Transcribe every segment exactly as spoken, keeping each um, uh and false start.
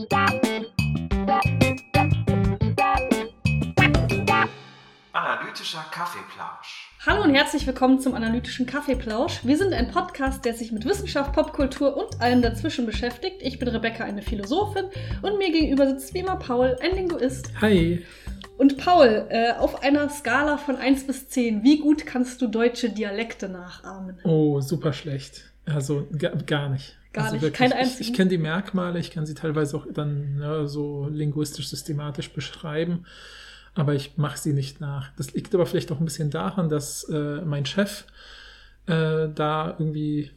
Analytischer Kaffeeplausch. Hallo und herzlich willkommen zum Analytischen Kaffeeplausch. Wir sind ein Podcast, der sich mit Wissenschaft, Popkultur und allem dazwischen beschäftigt. Ich bin Rebecca, eine Philosophin, und mir gegenüber sitzt wie immer Paul, ein Linguist. Hi. Und Paul, äh, auf einer Skala von eins bis zehn, wie gut kannst du deutsche Dialekte nachahmen? Oh, super schlecht. Also gar, gar nicht. Gar also nicht, wirklich, kein ich, einzigen? ich kenne die Merkmale, ich kann sie teilweise auch dann ne, so linguistisch, systematisch beschreiben, aber ich mache sie nicht nach. Das liegt aber vielleicht auch ein bisschen daran, dass äh, mein Chef äh, da irgendwie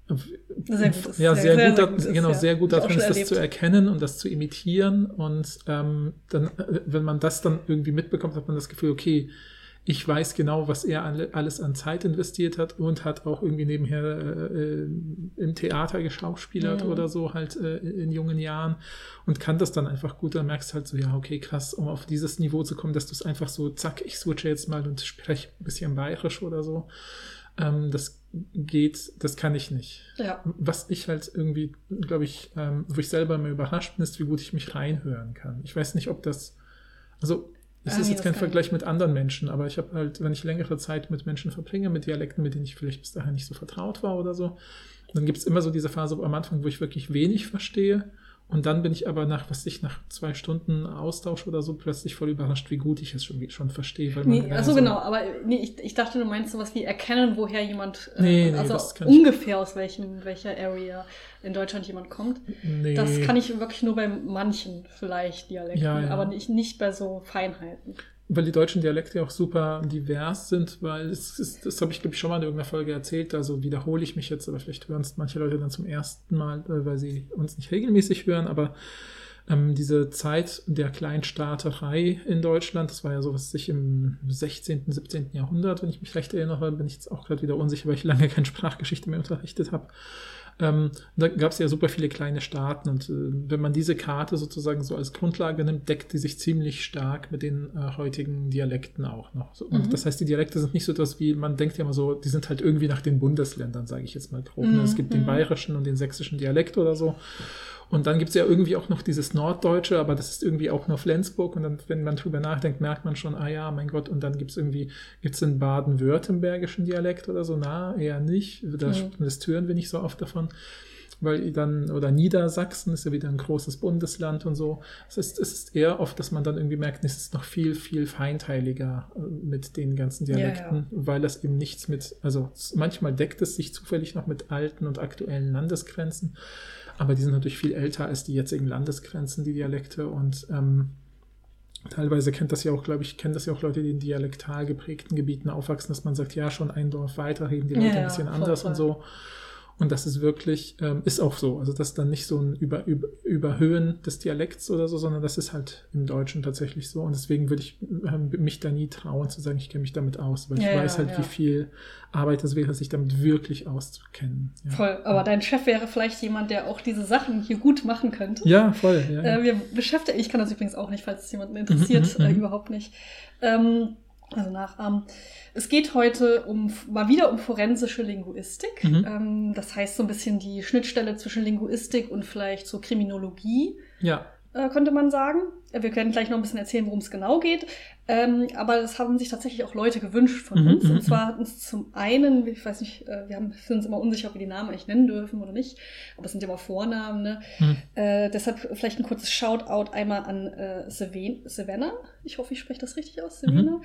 sehr gut ist. Ja, sehr, sehr, sehr gut, sehr, da, genau, ja. sehr gut Ich darin ist, das zu erkennen und das zu imitieren. Und ähm, dann, wenn man das dann irgendwie mitbekommt, hat man das Gefühl, okay, ich weiß genau, was er alles an Zeit investiert hat und hat auch irgendwie nebenher äh, im Theater geschauspielert mhm. oder so halt äh, in jungen Jahren und kann das dann einfach gut. Dann merkst du halt so, ja, okay, krass, um auf dieses Niveau zu kommen, dass du es einfach so, zack, ich switche jetzt mal und spreche ein bisschen bayerisch oder so. Ähm, das geht, das kann ich nicht. Ja. Was ich halt irgendwie, glaube ich, ähm, wo ich selber immer überrascht bin, ist, wie gut ich mich reinhören kann. Ich weiß nicht, ob das, also es ah, ist nee, jetzt kein Vergleich mit anderen Menschen, aber ich habe halt, wenn ich längere Zeit mit Menschen verbringe, mit Dialekten, mit denen ich vielleicht bis dahin nicht so vertraut war oder so, dann gibt es immer so diese Phase am Anfang, wo ich wirklich wenig verstehe. Und dann bin ich aber nach, was ich nach zwei Stunden Austausch oder so plötzlich voll überrascht, wie gut ich es schon, schon verstehe. Weil man nee, also so genau, aber nee, ich, ich dachte, du meinst sowas wie erkennen, woher jemand, äh, nee, nee, also das kann ungefähr ich. aus welchem, welcher Area in Deutschland jemand kommt. Nee. Das kann ich wirklich nur bei manchen vielleicht Dialekten, ja, ja. aber nicht, nicht bei so Feinheiten. Weil die deutschen Dialekte auch super divers sind, weil es ist, das habe ich, glaube ich, schon mal in irgendeiner Folge erzählt, also wiederhole ich mich jetzt, aber vielleicht hören es manche Leute dann zum ersten Mal, weil sie uns nicht regelmäßig hören, aber ähm, diese Zeit der Kleinstaaterei in Deutschland, das war ja so, was sich im sechzehnten, siebzehnten Jahrhundert, wenn ich mich recht erinnere, bin ich jetzt auch gerade wieder unsicher, weil ich lange keine Sprachgeschichte mehr unterrichtet habe. Ähm, da gab es ja super viele kleine Staaten und äh, wenn man diese Karte sozusagen so als Grundlage nimmt, deckt die sich ziemlich stark mit den äh, heutigen Dialekten auch noch. So, und mhm. das heißt, die Dialekte sind nicht so etwas wie, man denkt ja immer so, die sind halt irgendwie nach den Bundesländern, sage ich jetzt mal grob. Mhm. Es gibt den bayerischen und den sächsischen Dialekt oder so. Und dann gibt es ja irgendwie auch noch dieses Norddeutsche, aber das ist irgendwie auch nur Flensburg. Und dann, wenn man drüber nachdenkt, merkt man schon, ah ja, mein Gott, und dann gibt es irgendwie, gibt es einen baden-württembergischen Dialekt oder so? Na, eher nicht. Das, mhm. das hören wir nicht so oft davon. Weil dann, oder Niedersachsen ist ja wieder ein großes Bundesland und so. Es ist, es ist eher oft, dass man dann irgendwie merkt, es ist noch viel, viel feinteiliger mit den ganzen Dialekten, ja, ja. weil das eben nichts mit, also manchmal deckt es sich zufällig noch mit alten und aktuellen Landesgrenzen. Aber die sind natürlich viel älter als die jetzigen Landesgrenzen, die Dialekte. Und ähm, teilweise kennt das ja auch, glaube ich, kennen das ja auch Leute, die in dialektal geprägten Gebieten aufwachsen, dass man sagt, ja, schon ein Dorf weiter reden die Leute ja, ein bisschen ja, voll, anders voll. Und so. Und das ist wirklich, ähm, ist auch so. Also das ist dann nicht so ein Über, Über, Überhöhen des Dialekts oder so, sondern das ist halt im Deutschen tatsächlich so. Und deswegen würde ich äh, mich da nie trauen zu sagen, ich kenne mich damit aus. Weil ich ja, weiß halt, ja. wie viel Arbeit das wäre, sich damit wirklich auszukennen. Ja. Voll. Aber dein Chef wäre vielleicht jemand, der auch diese Sachen hier gut machen könnte. Ja, voll. Ja, äh, wir beschäftigen, ich kann das übrigens auch nicht, falls es jemanden interessiert, mhm, äh, überhaupt nicht. Ähm, Also nachahmen. Es geht heute um mal wieder um forensische Linguistik. Mhm. Ähm, das heißt so ein bisschen die Schnittstelle zwischen Linguistik und vielleicht so Kriminologie, ja. äh, könnte man sagen. Wir werden gleich noch ein bisschen erzählen, worum es genau geht. Ähm, aber das haben sich tatsächlich auch Leute gewünscht von mhm, uns. Und zwar hatten es zum einen, ich weiß nicht, äh, wir haben, sind uns immer unsicher, ob wir die Namen eigentlich nennen dürfen oder nicht. Aber es sind ja immer Vornamen, ne? Mhm. Äh, deshalb vielleicht ein kurzes Shoutout einmal an äh, Savannah. Ich hoffe, ich spreche das richtig aus, Savannah. Mhm.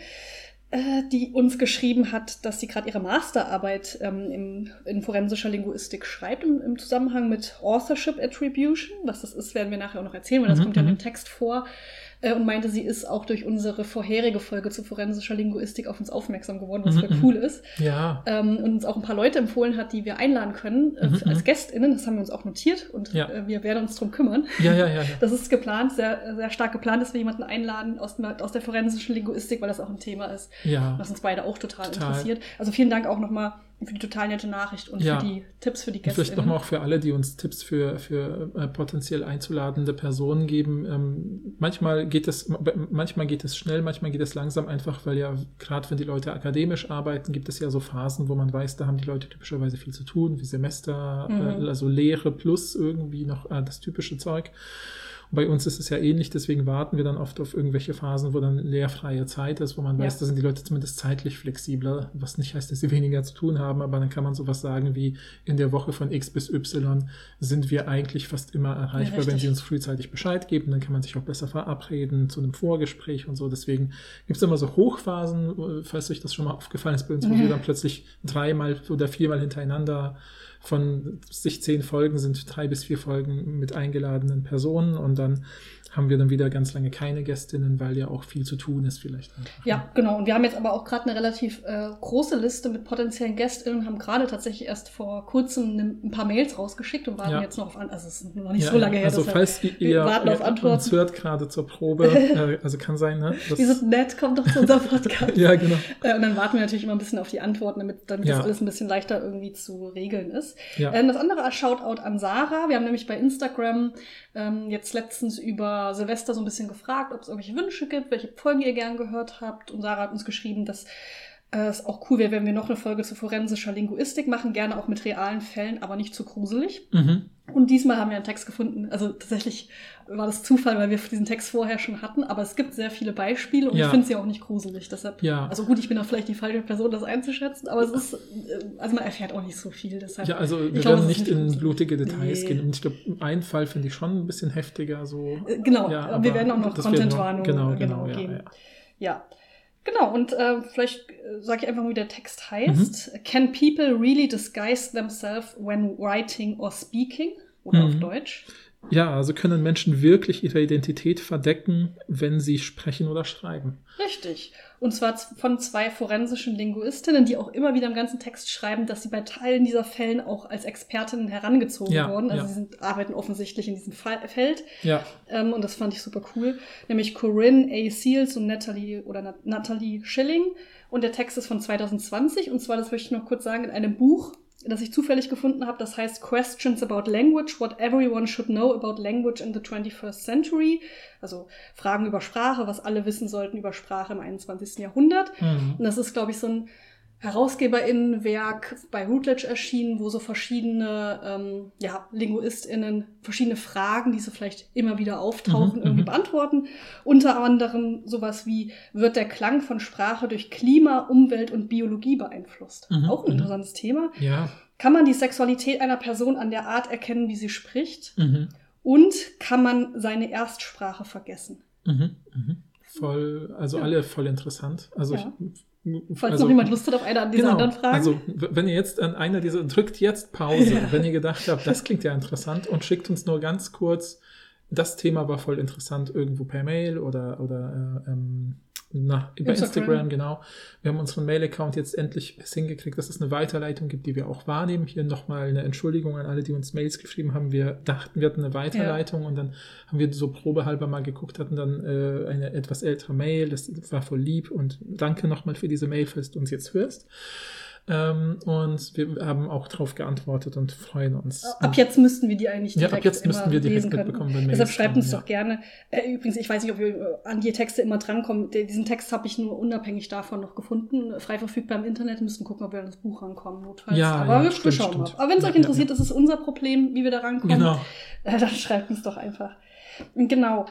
Die uns geschrieben hat, dass sie gerade ihre Masterarbeit ähm, im, in forensischer Linguistik schreibt, im, im Zusammenhang mit Authorship Attribution. Was das ist, werden wir nachher auch noch erzählen, weil das mhm. kommt ja in dem Text vor. Äh, und meinte, sie ist auch durch unsere vorherige Folge zu forensischer Linguistik auf uns aufmerksam geworden, was mhm. voll cool ist. Ja. Ähm, und uns auch ein paar Leute empfohlen hat, die wir einladen können äh, mhm. als GästInnen. Das haben wir uns auch notiert und ja. äh, wir werden uns drum kümmern. Ja, ja, ja, ja. Das ist geplant, sehr, sehr stark geplant, dass wir jemanden einladen aus, aus der forensischen Linguistik, weil das auch ein Thema ist, ja. was uns beide auch total, total interessiert. Also vielen Dank auch nochmal für die total nette Nachricht und ja. für die Tipps für die Gäste. Vielleicht nochmal auch für alle, die uns Tipps für, für äh, potenziell einzuladende Personen geben. Ähm, manchmal geht es, manchmal geht es schnell, manchmal geht es langsam, einfach weil ja, gerade wenn die Leute akademisch arbeiten, gibt es ja so Phasen, wo man weiß, da haben die Leute typischerweise viel zu tun, wie Semester, mhm. äh, also Lehre plus irgendwie noch äh, das typische Zeug. Bei uns ist es ja ähnlich, deswegen warten wir dann oft auf irgendwelche Phasen, wo dann lehrfreie Zeit ist, wo man weiß, ja. da sind die Leute zumindest zeitlich flexibler, was nicht heißt, dass sie weniger zu tun haben, aber dann kann man sowas sagen wie, in der Woche von X bis Y sind wir eigentlich fast immer erreichbar, ja, wenn sie uns frühzeitig Bescheid geben, dann kann man sich auch besser verabreden zu einem Vorgespräch und so. Deswegen gibt es immer so Hochphasen, falls euch das schon mal aufgefallen ist bei uns, wo mhm. wir dann plötzlich dreimal oder viermal hintereinander von sich zehn Folgen sind drei bis vier Folgen mit eingeladenen Personen und dann haben wir dann wieder ganz lange keine Gästinnen, weil ja auch viel zu tun ist vielleicht. Einfach. Ja, genau. Und wir haben jetzt aber auch gerade eine relativ äh, große Liste mit potenziellen GästInnen, haben gerade tatsächlich erst vor kurzem ne, ein paar Mails rausgeschickt und warten ja. jetzt noch auf Antworten. Also es ist noch nicht ja, so lange her. Also falls ihr, ihr warten auf Antworten. Uns hört gerade zur Probe, äh, also kann sein, ne? Die sind nett, kommt doch zu unserem Podcast. Ja, genau. Äh, und dann warten wir natürlich immer ein bisschen auf die Antworten, damit, damit ja. das alles ein bisschen leichter irgendwie zu regeln ist. Ja. Äh, das andere Shoutout an Sarah. Wir haben nämlich bei Instagram ähm, jetzt letztens über Silvester so ein bisschen gefragt, ob es irgendwelche Wünsche gibt, welche Folgen ihr gern gehört habt. Und Sarah hat uns geschrieben, dass äh, es auch cool wäre, wenn wir noch eine Folge zu forensischer Linguistik machen, gerne auch mit realen Fällen, aber nicht zu gruselig. Mhm. Und diesmal haben wir einen Text gefunden. Also tatsächlich war das Zufall, weil wir diesen Text vorher schon hatten, aber es gibt sehr viele Beispiele und ja. ich finde sie auch nicht gruselig. Deshalb, ja. also gut, ich bin auch vielleicht die falsche Person, das einzuschätzen, aber es ist, also man erfährt auch nicht so viel. Deshalb, ja, also wir werden nicht in gruselig. blutige Details nee. gehen. Und ich glaube, einen Fall finde ich schon ein bisschen heftiger. So. Genau, ja, aber wir werden auch noch Content-Warnungen genau, genau, genau, ja, geben. Ja. ja. Genau, und äh, vielleicht äh, sage ich einfach mal, wie der Text heißt. Mhm. Can people really disguise themselves when writing or speaking? Oder mhm. auf Deutsch. Ja, also können Menschen wirklich ihre Identität verdecken, wenn sie sprechen oder schreiben. Richtig. Und zwar von zwei forensischen Linguistinnen, die auch immer wieder im ganzen Text schreiben, dass sie bei Teilen dieser Fällen auch als Expertinnen herangezogen ja, wurden. Also ja. sie sind, arbeiten offensichtlich in diesem Fall, Feld. Ja. Ähm, und das fand ich super cool. Nämlich Corinne A. Seals und Natalie oder Na- Natalie Schilling. Und der Text ist von zwanzig zwanzig. Und zwar, das möchte ich noch kurz sagen, in einem Buch, das ich zufällig gefunden habe, das heißt Questions about Language, What Everyone Should Know About Language in the twenty-first Century. Also Fragen über Sprache, was alle wissen sollten über Sprache im einundzwanzigsten Jahrhundert. Mhm. Und das ist, glaube ich, so ein HerausgeberInnenwerk bei Routledge erschienen, wo so verschiedene ähm, ja, LinguistInnen verschiedene Fragen, die so vielleicht immer wieder auftauchen, mhm, irgendwie beantworten. Unter anderem sowas wie, wird der Klang von Sprache durch Klima, Umwelt und Biologie beeinflusst? Mhm, Auch ein interessantes Thema. Ja. Kann man die Sexualität einer Person an der Art erkennen, wie sie spricht? Mhm. Und kann man seine Erstsprache vergessen? Mhm, mhm. Voll, also ja. alle voll interessant. Also ja. ich Falls also, noch jemand Lust hat auf eine an diese genau, anderen Fragen. Also wenn ihr jetzt an einer dieser, drückt jetzt Pause, ja. wenn ihr gedacht habt, das klingt ja interessant und schickt uns nur ganz kurz, das Thema war voll interessant, irgendwo per Mail oder, oder äh, ähm, na, über Instagram. Instagram, genau. Wir haben unseren Mail-Account jetzt endlich hingekriegt, dass es eine Weiterleitung gibt, die wir auch wahrnehmen. Hier nochmal eine Entschuldigung an alle, die uns Mails geschrieben haben. Wir dachten, wir hatten eine Weiterleitung ja. und dann haben wir so probehalber mal geguckt, hatten dann äh, eine etwas ältere Mail. Das war voll lieb und danke nochmal für diese Mail, falls du uns jetzt hörst. Ähm, und wir haben auch darauf geantwortet und freuen uns. Ab und jetzt müssten wir die eigentlich direkt Ja, ab jetzt müssten wir direkt lesen mitbekommen. Wenn Deshalb schreibt uns ja. doch gerne. Äh, übrigens, ich weiß nicht, ob wir an die Texte immer drankommen. Diesen Text habe ich nur unabhängig davon noch gefunden. Frei verfügbar im Internet. Wir müssen gucken, ob wir an das Buch rankommen, notfalls. Ja, Aber ja, wir stimmt, schauen stimmt. mal. Aber wenn es ja, euch interessiert, ja, ja. ist es unser Problem, wie wir da rankommen. Genau. Äh, dann schreibt uns doch einfach. Genau.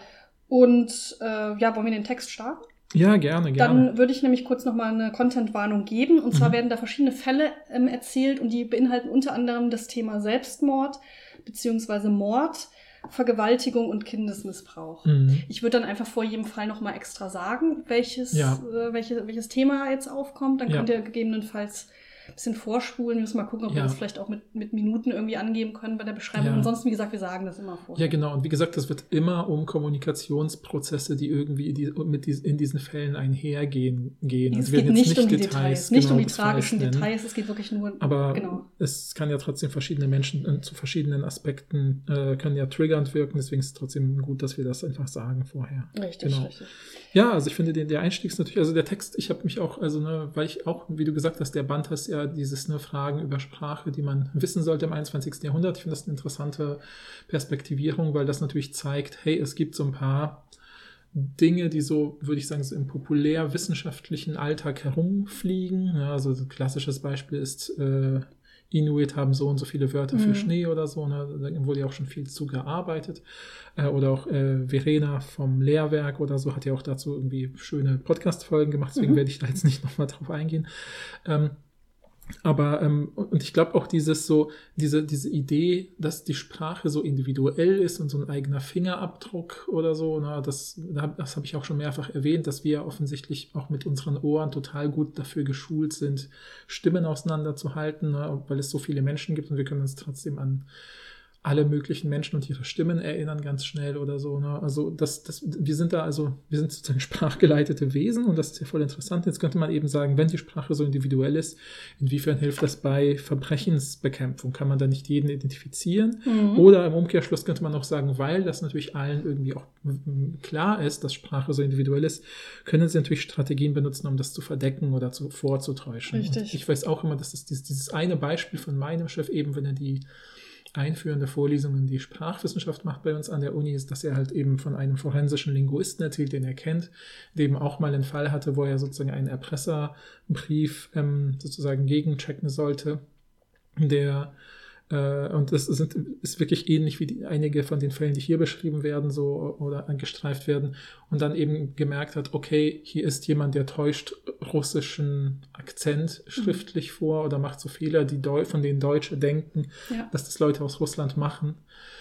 Und äh, ja, wollen wir den Text starten? Ja, gerne, gerne. Dann würde ich nämlich kurz nochmal eine Content-Warnung geben. Und zwar mhm. werden da verschiedene Fälle ähm, erzählt und die beinhalten unter anderem das Thema Selbstmord beziehungsweise Mord, Vergewaltigung und Kindesmissbrauch. Mhm. Ich würde dann einfach vor jedem Fall nochmal extra sagen, welches, ja. äh, welche, welches Thema jetzt aufkommt. Dann ja. könnt ihr gegebenenfalls ein bisschen vorspulen. Wir müssen mal gucken, ob ja. wir das vielleicht auch mit, mit Minuten irgendwie angeben können bei der Beschreibung. Ja. Ansonsten, wie gesagt, wir sagen das immer vorher. Ja, genau. Und wie gesagt, es wird immer um Kommunikationsprozesse, die irgendwie die, mit dies, in diesen Fällen einhergehen. Gehen. Es also geht wir nicht, jetzt nicht um die Details, Details, nicht genau, um die tragischen Details, es geht wirklich nur... Aber genau. es kann ja trotzdem verschiedene Menschen äh, zu verschiedenen Aspekten, äh, können ja triggernd wirken, deswegen ist es trotzdem gut, dass wir das einfach sagen vorher. Richtig, genau. richtig. Ja, also ich finde, den, der Einstieg ist natürlich, also der Text, ich habe mich auch, also ne, weil ich auch, wie du gesagt hast, der Band hast ja dieses ne, Fragen über Sprache, die man wissen sollte im einundzwanzigsten Jahrhundert. Ich finde das eine interessante Perspektivierung, weil das natürlich zeigt, hey, es gibt so ein paar Dinge, die so, würde ich sagen, so im populärwissenschaftlichen Alltag herumfliegen. Ja, also ein klassisches Beispiel ist äh, Inuit haben so und so viele Wörter Mhm. für Schnee oder so, ne? Da wurde ja auch schon viel zu gearbeitet. Äh, oder auch äh, Verena vom Lehrwerk oder so hat ja auch dazu irgendwie schöne Podcast-Folgen gemacht, deswegen Mhm. werde ich da jetzt nicht nochmal drauf eingehen. Ähm, Aber, ähm, und ich glaube auch dieses so, diese, diese Idee, dass die Sprache so individuell ist und so ein eigener Fingerabdruck oder so, na, das, das habe ich auch schon mehrfach erwähnt, dass wir offensichtlich auch mit unseren Ohren total gut dafür geschult sind, Stimmen auseinanderzuhalten, na, weil es so viele Menschen gibt und wir können uns trotzdem an alle möglichen Menschen und ihre Stimmen erinnern ganz schnell oder so. Ne? Also das, das, wir sind da also, wir sind sozusagen sprachgeleitete Wesen und das ist ja voll interessant. Jetzt könnte man eben sagen, wenn die Sprache so individuell ist, inwiefern hilft das bei Verbrechensbekämpfung? Kann man da nicht jeden identifizieren? Mhm. Oder im Umkehrschluss könnte man auch sagen, weil das natürlich allen irgendwie auch klar ist, dass Sprache so individuell ist, können sie natürlich Strategien benutzen, um das zu verdecken oder zu, vorzutäuschen. Richtig. Und ich weiß auch immer, dass das dieses, dieses eine Beispiel von meinem Chef eben, wenn er die einführende Vorlesungen, die Sprachwissenschaft macht bei uns an der Uni, ist, dass er halt eben von einem forensischen Linguisten erzählt, den er kennt, der eben auch mal einen Fall hatte, wo er sozusagen einen Erpresserbrief ähm, sozusagen gegenchecken sollte, der äh, und das sind, ist wirklich ähnlich wie die, einige von den Fällen, die hier beschrieben werden, so oder angestreift werden und dann eben gemerkt hat, okay, hier ist jemand, der täuscht russischen Akzent schriftlich mhm. vor oder macht so Fehler, die Deu- von denen Deutsche denken, ja. dass das Leute aus Russland machen.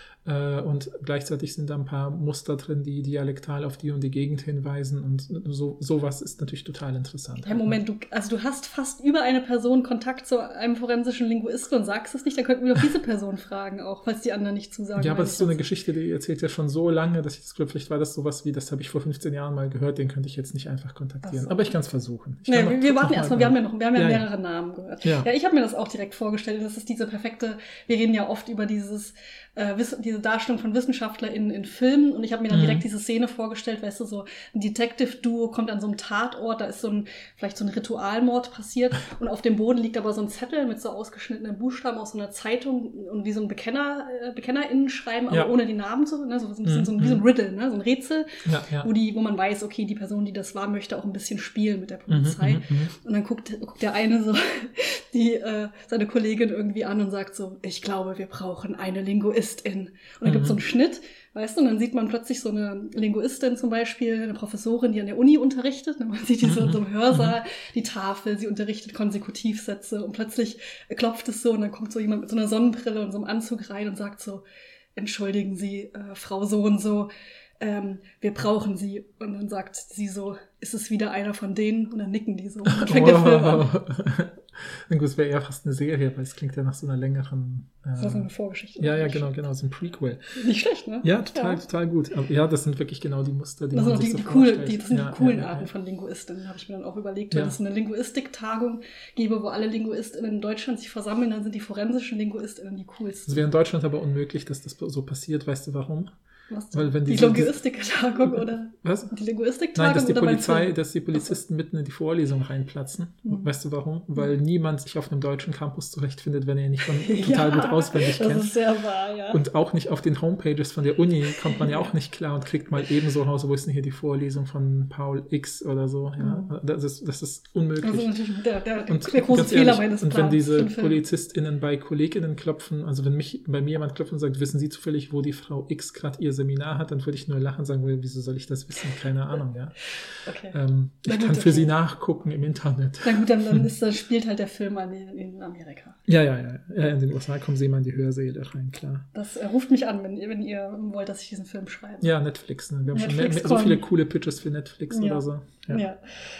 Äh, und gleichzeitig sind da ein paar Muster drin, die dialektal auf die und die Gegend hinweisen und so sowas ist natürlich total interessant. Ja, Moment, du, also du hast fast über eine Person Kontakt zu einem forensischen Linguisten und sagst es nicht, dann könnten wir doch diese Person fragen auch, falls die anderen nicht zusagen. Ja, aber es ist so eine Geschichte, die erzählt ja schon so lange, dass ich das glaube, vielleicht war das sowas wie, das habe ich vor fünfzehn Jahren mal gehört, den könnte ich jetzt nicht einfach kontaktieren. So. Aber ich kann es versuchen. Ich nee, kann wir, wir warten erstmal, wir haben ja noch, wir haben ja, ja mehrere ja. Namen gehört. Ja. ja, ich habe mir das auch direkt vorgestellt. Das ist diese perfekte, wir reden ja oft über dieses, äh, diese Darstellung von WissenschaftlerInnen in Filmen und ich habe mir dann mhm. direkt diese Szene vorgestellt, weißt du, so ein Detective-Duo kommt an so einem Tatort, da ist so ein, vielleicht so ein Ritualmord passiert und auf dem Boden liegt aber so ein Zettel mit so ausgeschnittenen Buchstaben aus so einer Zeitung und wie so ein Bekenner, äh, BekennerInnen schreiben, aber ja. ohne die Namen zu, ne, so ein bisschen mhm. so ein, wie so ein Riddle, ne, so ein Rätsel, ja, ja. wo die, wo man weiß, okay, die Person, die das war, möchte auch ein bisschen spielen mit der Polizei. Mhm, mhm, und dann guckt, guckt der eine so die äh, seine Kollegin irgendwie an und sagt so, ich glaube, wir brauchen eine Linguistin. Und dann mhm. gibt es so einen Schnitt, weißt du, und dann sieht man plötzlich so eine Linguistin zum Beispiel, eine Professorin, die an der Uni unterrichtet. Und man sieht die so in so einem Hörsaal, die Tafel, sie unterrichtet Konsekutivsätze und plötzlich klopft es so und dann kommt so jemand mit so einer Sonnenbrille und so einem Anzug rein und sagt so, entschuldigen Sie, äh, Frau so und so, ähm, wir brauchen Sie. Und dann sagt sie so, ist es wieder einer von denen? Und dann nicken die so. Und dann fängt wow. der Film an. Na gut, es wäre eher fast eine Serie, weil es klingt ja nach so einer längeren... Äh, das ist so eine Vorgeschichte. Ja, ja, genau, genau, so ein Prequel. Nicht schlecht, ne? Ja, total, ja. total gut. Aber ja, das sind wirklich genau die Muster, die das man sind sich die, so die cool, vorstellt. die, Das sind ja, die coolen ja, ja, Arten ja. von Linguistinnen, habe ich mir dann auch überlegt. Ja. Wenn es eine Linguistik-Tagung gäbe, wo alle Linguistinnen in Deutschland sich versammeln, dann sind die forensischen Linguistinnen die coolsten. Es wäre in Deutschland aber unmöglich, dass das so passiert. Weißt du warum? Was? Weil wenn die, die Linguistik-Tagung oder? Was? Die Linguistik-Tagung? Nein, dass die oder Polizei, dass die Polizisten mitten in die Vorlesung reinplatzen. Mhm. Weißt du warum? Weil mhm. niemand sich auf einem deutschen Campus zurechtfindet, wenn er ihn nicht von, total ja, gut auswendig das kennt. Das ist sehr wahr, ja. Und auch nicht auf den Homepages von der Uni kommt man ja auch nicht klar und kriegt mal ebenso raus, wo ist denn hier die Vorlesung von Paul X oder so. Ja? Mhm. Das, ist, das ist unmöglich. Das ist natürlich der, der, und der große Fehler ehrlich, meines Und Plans wenn diese PolizistInnen bei KollegInnen klopfen, also wenn mich bei mir jemand klopft und sagt, wissen Sie zufällig, wo die Frau X gerade ihr Seminar hat, dann würde ich nur lachen und sagen, wieso soll ich das wissen? Keine Ahnung, ja. Okay. Ähm, ich gut, kann okay. für Sie nachgucken im Internet. Na gut, dann, dann ist, spielt halt der Film an in, in Amerika. Ja, ja, ja, ja. In den U S A kommen Sie immer in die Hörsäle rein, klar. Das äh, ruft mich an, wenn, wenn ihr wollt, dass ich diesen Film schreibe. Ja, Netflix. Ne? Wir haben Netflix schon mehr, so viele coole Pitches für Netflix ja. oder so. Ja. ja.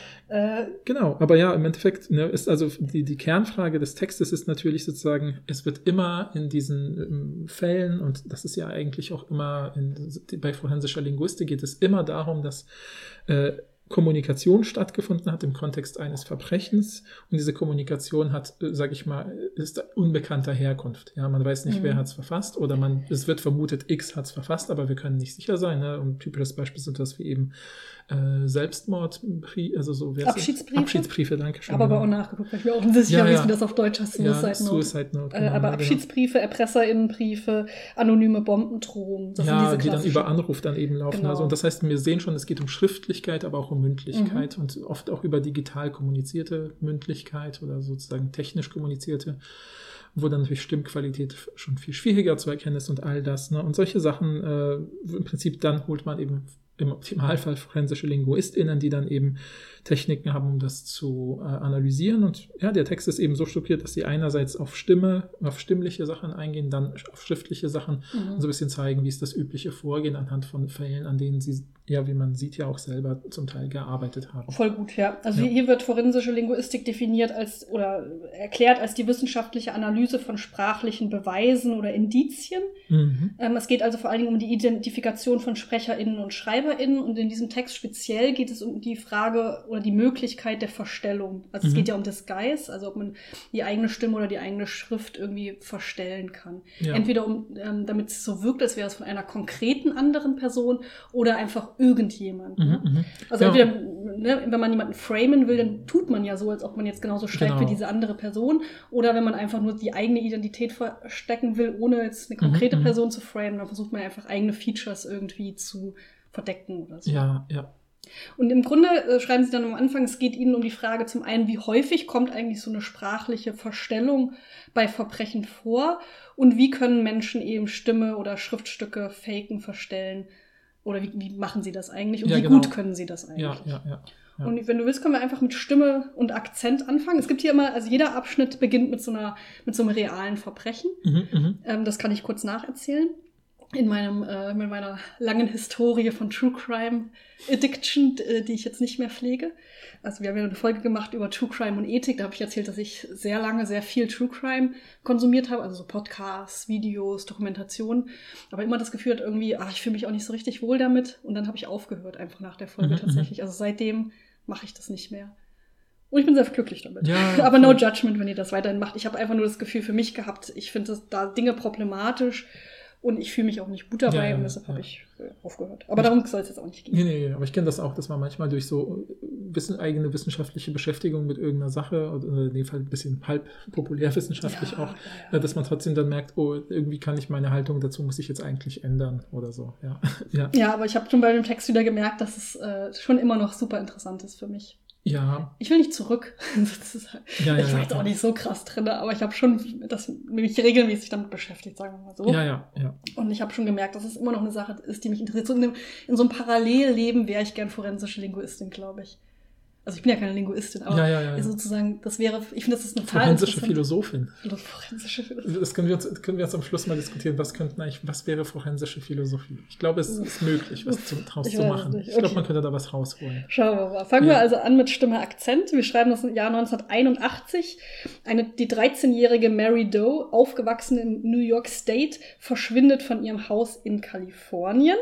Äh, genau, aber ja, im Endeffekt ne, ist also die, die Kernfrage des Textes ist natürlich sozusagen, es wird immer in diesen ähm, Fällen, und das ist ja eigentlich auch immer, in, bei forensischer Linguistik geht es immer darum, dass äh, Kommunikation stattgefunden hat im Kontext eines Verbrechens und diese Kommunikation hat, sage ich mal, ist unbekannter Herkunft. Ja, man weiß nicht, mhm. wer hat es verfasst oder man, es wird vermutet, X hat es verfasst, aber wir können nicht sicher sein. Ne? Und ein typisches Beispiel sind das wie eben äh, Selbstmordbriefe, also so Abschiedsbriefe. Abschiedsbriefe, danke schön. Aber genau. aber auch nachgeguckt, weil ich mir auch nicht sicher ja, bin, ja. wie das auf Deutsch heißt. Suicide ja, Note. Suicide Note Äh, genau, aber ja, Abschiedsbriefe, genau. ErpresserInnenbriefe, anonyme Bombendrohungen. Das ja, sind diese die dann über Anruf dann eben laufen. Genau. Also, und das heißt, wir sehen schon, es geht um Schriftlichkeit, aber auch um Mündlichkeit mhm. und oft auch über digital kommunizierte Mündlichkeit oder sozusagen technisch kommunizierte, wo dann natürlich Stimmqualität schon viel schwieriger zu erkennen ist und all das. Ne? Und solche Sachen, äh, im Prinzip dann holt man eben im Optimalfall forensische LinguistInnen, die dann eben Techniken haben, um das zu äh, analysieren. Und ja, der Text ist eben so strukturiert, dass sie einerseits auf Stimme, auf stimmliche Sachen eingehen, dann auf schriftliche Sachen mhm. und so ein bisschen zeigen, wie ist das übliche Vorgehen anhand von Fällen, an denen sie, ja, wie man sieht, ja auch selber zum Teil gearbeitet haben. Voll gut, ja. Also ja. hier wird forensische Linguistik definiert als oder erklärt als die wissenschaftliche Analyse von sprachlichen Beweisen oder Indizien. Mhm. Ähm, es geht also vor allen Dingen um die Identifikation von SprecherInnen und SchreiberInnen und in diesem Text speziell geht es um die Frage oder die Möglichkeit der Verstellung. Also mhm. es geht ja um Disguise, also ob man die eigene Stimme oder die eigene Schrift irgendwie verstellen kann. Ja. Entweder um, ähm, damit es so wirkt, als wäre es von einer konkreten anderen Person oder einfach irgendjemand. Mhm, ne? Also ja. entweder, ne, wenn man jemanden framen will, dann tut man ja so, als ob man jetzt genauso schreibt genau. wie diese andere Person. Oder wenn man einfach nur die eigene Identität verstecken will, ohne jetzt eine konkrete mhm, Person zu framen, dann versucht man einfach eigene Features irgendwie zu verdecken oder so. Ja, ja. Und im Grunde äh, schreiben sie dann am Anfang, es geht ihnen um die Frage zum einen, wie häufig kommt eigentlich so eine sprachliche Verstellung bei Verbrechen vor und wie können Menschen eben Stimme oder Schriftstücke faken, verstellen oder wie, wie machen sie das eigentlich und ja, wie genau. gut können sie das eigentlich. Ja, ja, ja, ja. Und wenn du willst, können wir einfach mit Stimme und Akzent anfangen. Es gibt hier immer, also jeder Abschnitt beginnt mit so einer, mit so einem realen Verbrechen. Mhm, ähm, das kann ich kurz nacherzählen. In meinem, äh, mit meiner langen Historie von True Crime Addiction, äh, die ich jetzt nicht mehr pflege. Also wir haben ja eine Folge gemacht über True Crime und Ethik. Da habe ich erzählt, dass ich sehr lange sehr viel True Crime konsumiert habe. Also so Podcasts, Videos, Dokumentationen. Aber immer das Gefühl hat irgendwie, ach, ich fühle mich auch nicht so richtig wohl damit. Und dann habe ich aufgehört, einfach nach der Folge mhm, tatsächlich. Also seitdem mache ich das nicht mehr. Und ich bin sehr glücklich damit. Ja, aber no judgment, wenn ihr das weiterhin macht. Ich habe einfach nur das Gefühl für mich gehabt, ich finde da Dinge problematisch. Und ich fühle mich auch nicht gut dabei ja, und deshalb ja. habe ich äh, aufgehört. Aber darum soll es jetzt auch nicht gehen. Nee, nee, nee, aber ich kenne das auch, dass man manchmal durch so wissen, eigene wissenschaftliche Beschäftigung mit irgendeiner Sache, oder in dem Fall ein bisschen halb populärwissenschaftlich ja, auch, ja, ja. dass man trotzdem dann merkt, oh, irgendwie kann ich meine Haltung dazu, muss ich jetzt eigentlich ändern oder so. Ja, ja. ja aber ich habe schon bei dem Text wieder gemerkt, dass es äh, schon immer noch super interessant ist für mich. Ja. Ich will nicht zurück, sozusagen. Ja, ja, ich war jetzt ja, auch nicht so krass drin, aber ich habe schon das, mich regelmäßig damit beschäftigt, sagen wir mal so. Ja, ja, ja. Und ich habe schon gemerkt, dass es immer noch eine Sache ist, die mich interessiert. So in, dem, in so einem Parallelleben wäre ich gern forensische Linguistin, glaube ich. Also ich bin ja keine Linguistin, aber ja, ja, ja, ja. sozusagen, das wäre, ich finde, das ist eine forensische Philosophin. Forensische Philosophin. Das können wir uns, können wir uns am Schluss mal diskutieren, was könnten eigentlich, was wäre forensische Philosophie? Ich glaube, es ist möglich, was zu, draus ich zu machen. Ich glaube, okay. man könnte da was rausholen. Schauen wir mal. Fangen ja. wir also an mit Stimme Akzent. Wir schreiben das im Jahr neunzehnhunderteinundachtzig. Eine, die dreizehnjährige Mary Doe, aufgewachsen in New York State, verschwindet von ihrem Haus in Kalifornien.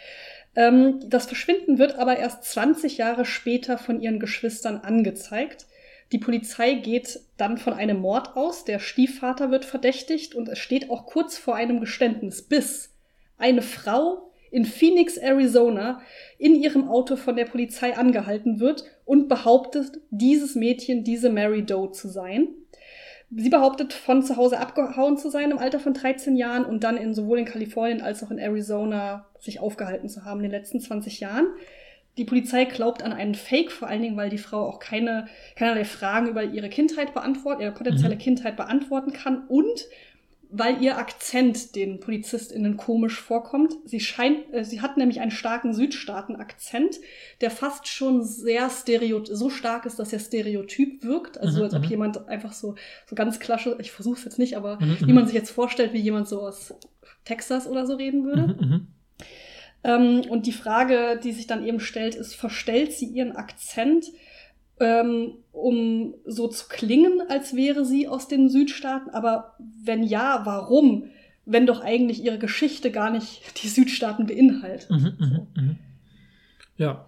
Das Verschwinden wird aber erst zwanzig Jahre später von ihren Geschwistern angezeigt. Die Polizei geht dann von einem Mord aus, der Stiefvater wird verdächtigt und es steht auch kurz vor einem Geständnis, bis eine Frau in Phoenix, Arizona, in ihrem Auto von der Polizei angehalten wird und behauptet, dieses Mädchen, diese Mary Doe zu sein. Sie behauptet, von zu Hause abgehauen zu sein im Alter von dreizehn Jahren und dann in sowohl in Kalifornien als auch in Arizona sich aufgehalten zu haben in den letzten zwanzig Jahren. Die Polizei glaubt an einen Fake, vor allen Dingen, weil die Frau auch keine, keinerlei Fragen über ihre Kindheit beantworten, ihre potenzielle mhm. Kindheit beantworten kann und weil ihr Akzent den PolizistInnen komisch vorkommt. Sie scheint, äh, sie hat nämlich einen starken Südstaaten-Akzent, der fast schon sehr stereotyp, so stark ist, dass er stereotyp wirkt. Also mhm, als ob jemand einfach so, so ganz klassisch, ich versuche es jetzt nicht, aber mhm, wie man sich jetzt vorstellt, wie jemand so aus Texas oder so reden würde. Mhm, ähm, und die Frage, die sich dann eben stellt, ist, verstellt sie ihren Akzent, Ähm, um so zu klingen, als wäre sie aus den Südstaaten. Aber wenn ja, warum? Wenn doch eigentlich ihre Geschichte gar nicht die Südstaaten beinhaltet. Mhm, mh, mh. Ja,